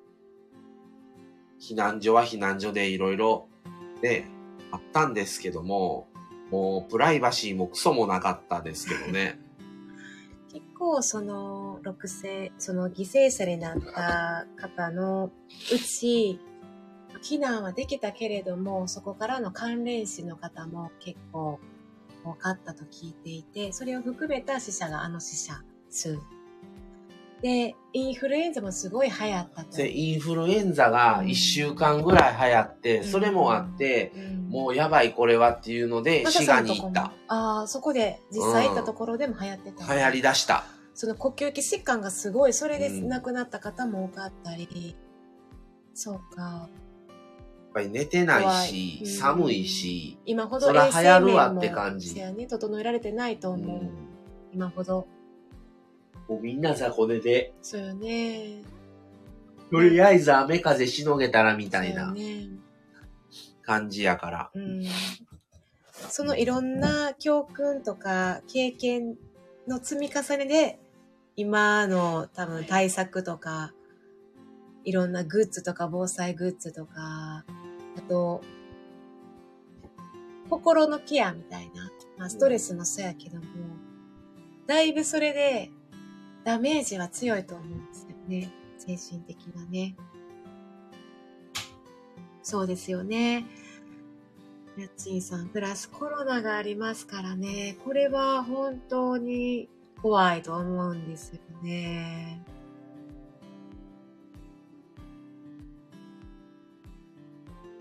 避難所は避難所でいろいろね、あったんですけども、もうプライバシーもクソもなかったですけどね。 結構そのろく世、その犠牲者になった方のうち、避難はできたけれども、そこからの関連死の方も結構多かったと聞いていて、それを含めた死者があの死者数。で、インフルエンザもすごい流行ったと。 で、インフルエンザがいっしゅうかんぐらい流行って、うん、それもあって、うん、もうやばいこれはっていうので、滋賀に行った。 ああ、そこで実際行ったところでも流行ってた、 うん。流行り出した。 その呼吸器疾患がすごい、それで亡くなった方も多かったり。うん、そうか。 やっぱり寝てないし、うん、寒いし、 今ほど衛生面もね、整えられてないと思う。うん、今ほど。 もうみんな雑魚寝で。 そうよね。 とりあえず雨風しのげたらみたいな感じやから。 うん、そのいろんな教訓とか経験の積み重ねで、今の多分対策とか、いろんなグッズとか防災グッズとか、あと、心のケアみたいな、まあ、ストレスもそうやけども、だいぶそれでダメージは強いと思うんですよね。精神的なね。そうですよね。やっちんさん、プラスコロナがありますからね。これは本当に怖いと思うんですよね。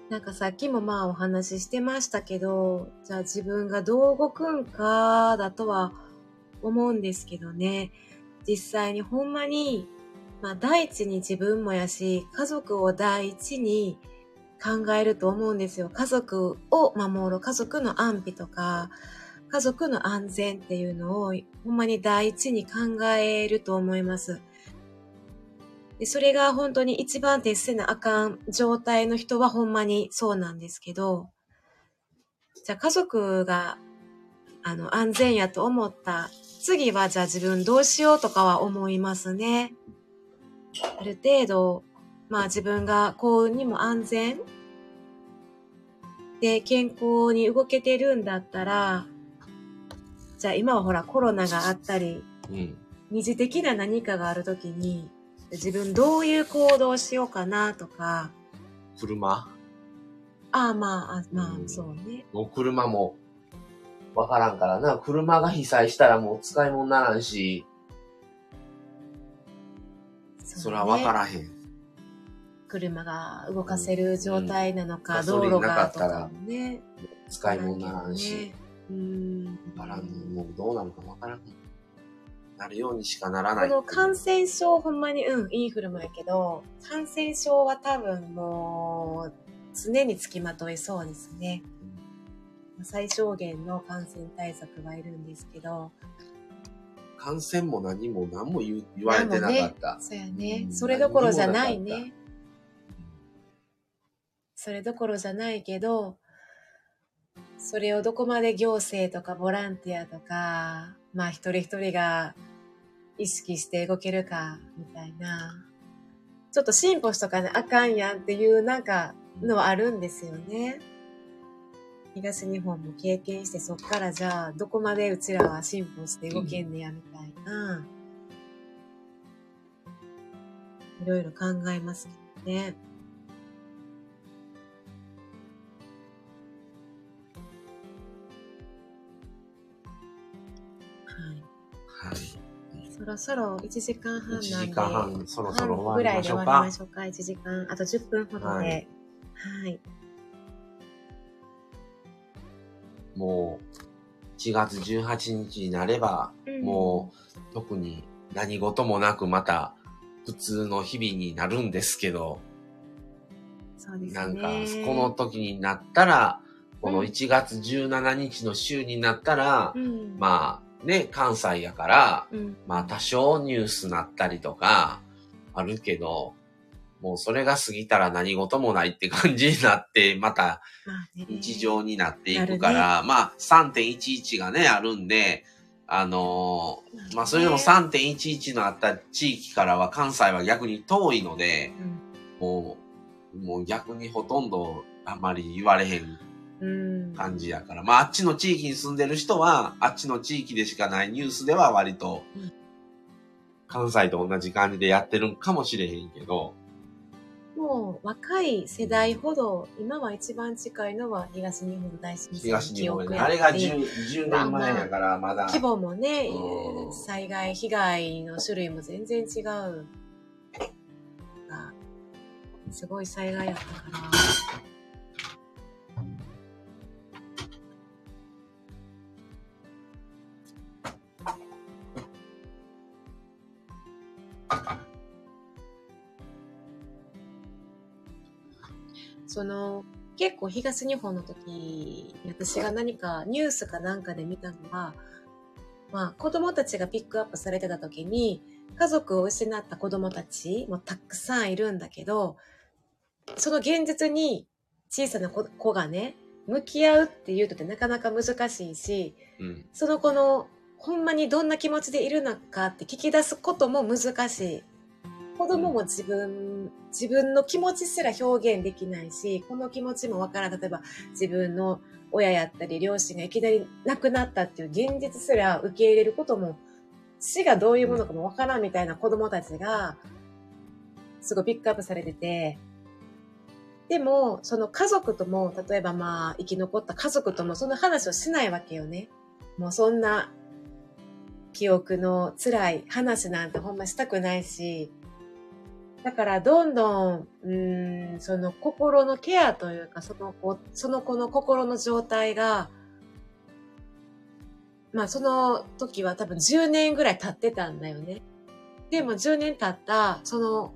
なんかさっきもまあお話ししてましたけど、じゃあ自分がどう動くんかだとは思うんですけどね。実際にほんまに、まあ第一に自分もやし、家族を第一に考えると思うんですよ。家族を守る、家族の安否とか、家族の安全っていうのをほんまに第一に考えると思います。でそれが本当に一番徹せなあかん状態の人はほんまにそうなんですけど、じゃあ家族があの安全やと思った次はじゃあ自分どうしようとかは思いますね。ある程度、まあ自分が幸運にも安全で健康に動けてるんだったら、じゃあ今はほらコロナがあったり、うん、二次的な何かがあるときに、自分どういう行動しようかなとか。 車ああ、まあ、あまあ、うん、そうね。 もう車もわからんからな。車が被災したらもう使い物にならんし。そ,、ね、それはわからへん。 車が動かせる状態なのか、うん、道路がとかもね。 使い物にならんし。うん。わからん。もうどうなるかわからん。なるようにしかならない。 この感染症ほんまに、うん、インフルもやけど、感染症は多分もう常につきまといそうですね。うん、最小限の感染対策はいるんですけど。 感染も何も何も 言, 言われてなかった。 ね、そうやね、うん。それどころじゃないね。それどころじゃないけど、それをどこまで行政とかボランティアとか、まあ一人一人が意識して動けるかみたいな、ちょっと進歩しとかねあかんやんっていうなんかのはあるんですよね。東日本も経験して、そっからじゃあどこまでうちらは進歩して動けんねやみたいな、いろいろ考えますけどね。 はい。 そろそろいちじかんはんなんで。いちじかんはん、そろそろ終わりましょうか。ぐらいで終わりましょうか。 いちじかん、あとじゅっぷんほどで。はい。はい、 もう、いちがつじゅうはちにちになれば、うん、もう、特に何事もなくまた、普通の日々になるんですけど、 そうですね。 なんか、この時になったら、このいちがつじゅうしちにちの週になったら、うん、まあ、ね、関西やから、うん、まあ多少ニュースなったりとかあるけど、もうそれが過ぎたら何事もないって感じになって、また日常になっていくから、ね、まあ さんてんいちいち がね、あるんで、あのー、まあそれでも さんてんいちいち のあった地域からは関西は逆に遠いので、うん、もう、もう逆にほとんどあんまり言われへん感じやから。まあ、あっちの地域に住んでる人は、あっちの地域でしかないニュースでは割と、関西と同じ感じでやってるんかもしれへんけど。 もう、若い世代ほど、今は一番近いのは東日本大震災。 東日本ね。あれが 10, じゅうねんまえやから、まだ。 規模もね、災害、被害の種類も全然違う。すごい災害やったから。その結構東日本の時、私が何かニュースかなんかで見たのは、まあ子供たちがピックアップされてた時に、家族を失った子供たちもたくさんいるんだけど、その現実に小さな 子, 子がね、向き合うっていうのってなかなか難しいし、うん、その子のほんまにどんな気持ちでいるのかって聞き出すことも難しい。子供も自分、自分の気持ちすら表現できないし、この気持ちもわからん。例えば自分の親やったり両親がいきなり亡くなったっていう現実すら受け入れることも、死がどういうものかもわからんみたいな子供たちがすごいピックアップされてて、でもその家族とも、例えばまあ生き残った家族ともその話をしないわけよね。もうそんな記憶の辛い話なんてほんましたくないし、 だからどんどん、うーん、その心のケアというか、その子、その子の心の状態が、まあその時は多分じゅうねんぐらい経ってたんだよね。でもじゅうねん経った、その、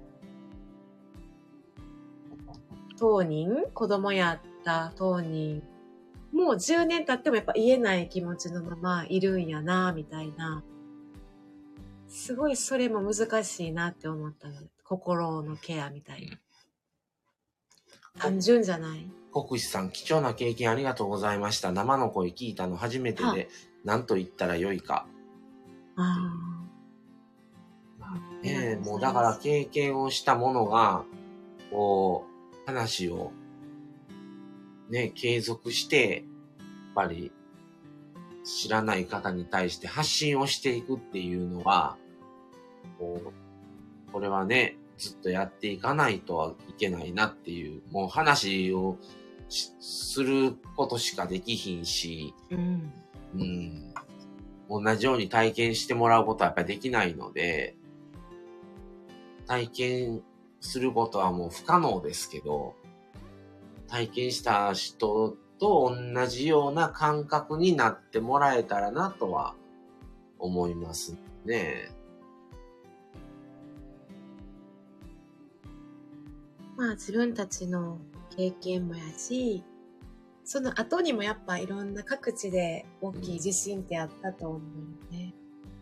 当人、子供やった当人、もうじゅうねん経ってもやっぱ言えない気持ちのままいるんやな、みたいな。すごいそれも難しいなって思ったの。心のケアみたいな。単純じゃない？ 国士さん、貴重な経験ありがとうございました。生の声聞いたの初めてで、何と言ったらよいか。 ああ。ねえ、もうだから経験をしたものが、こう、話を、ね、継続して、やっぱり、知らない方に対して発信をしていくっていうのは、こう、これはね、ずっとやっていかないとはいけないなっていう、もう話をすることしかできひんし、うん、うん、同じように体験してもらうことはやっぱりできないので、体験することはもう不可能ですけど、体験した人と同じような感覚になってもらえたらなとは思いますね。 まあ自分たちの経験もやし、その後にもやっぱいろんな各地で大きい地震ってあったと思うよね。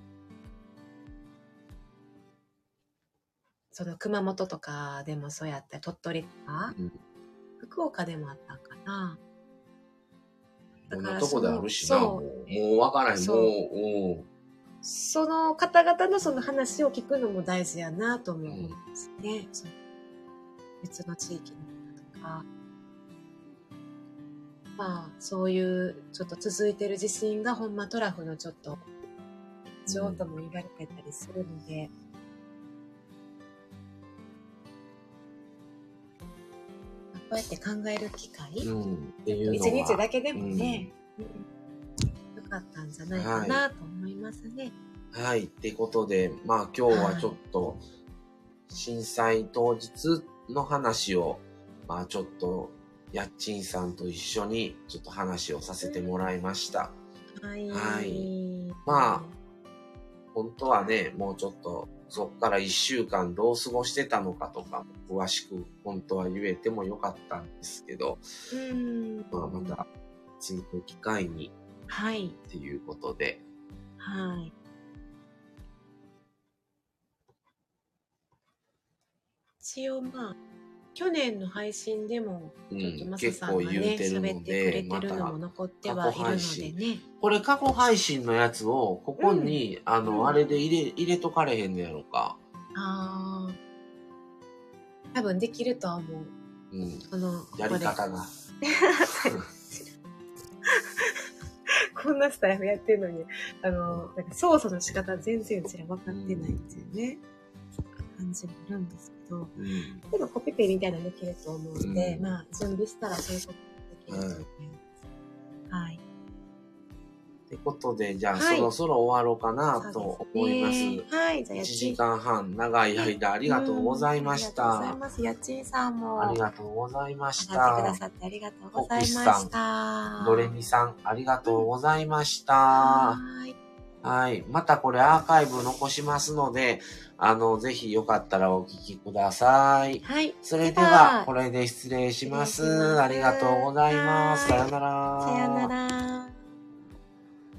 その熊本とかでもそうやったり、鳥取とか、うん、福岡でもあったんかな。 だからその、もうわからへん、もう、 その方々のその話を聞くのも大事やなと思うんですね。うん、別の地域の方とか。まあ、そういうちょっと続いてる地震がほんまトラフのちょっと異常とも言われてたりするので、うん、こうやって考える機会、うん、っていうのは一日だけでもね、うんうん、よかったんじゃないかなと思いますね。 はい、はい、ってことで、まあ今日はちょっと震災当日の話を、まあちょっとやっちんさんと一緒にちょっと話をさせてもらいました。 はい。 はい。まあ、本当はね、もうちょっとそっから一週間どう過ごしてたのかとか、詳しく本当は言えてもよかったんですけど、 うんまあまた次の機会に、 はい。 っていうことで。 はい。一応まあ、去年の配信でも、ちょっとマサさんがね、喋、うん、ってくれてるのも残ってはいるのでね。 これ過去配信のやつを、ここに、うん、あの、うん、あれで入れ、入れとかれへんのやろか。 ああ。多分できるとは思う。 うん。この、やり方が。 こんなスタイルやってるのに、あの、なんか操作の仕方全然うちら分かってないんですよね。うん、感じもあるんですけど、うん、でもコピペみたいなのできると思うので、うん、まあ準備したらそういうことができると思います。うん、はい。 ってことで、じゃあ、はい、そろそろ終わろうかなと思います。 ね、はい。じゃあいちじかんはん、長い間ありがとうございました。 ありがとうございます。やっちんさんも。 ありがとうございました。 上がってくださってありがとうございました。 ドレミさん、ありがとうございました。 はい。 はい。またこれアーカイブ残しますので、あの、ぜひよかったらお聞きください。 はい。 それでは、これで失礼します。ありがとうございます。さよなら。 さよなら。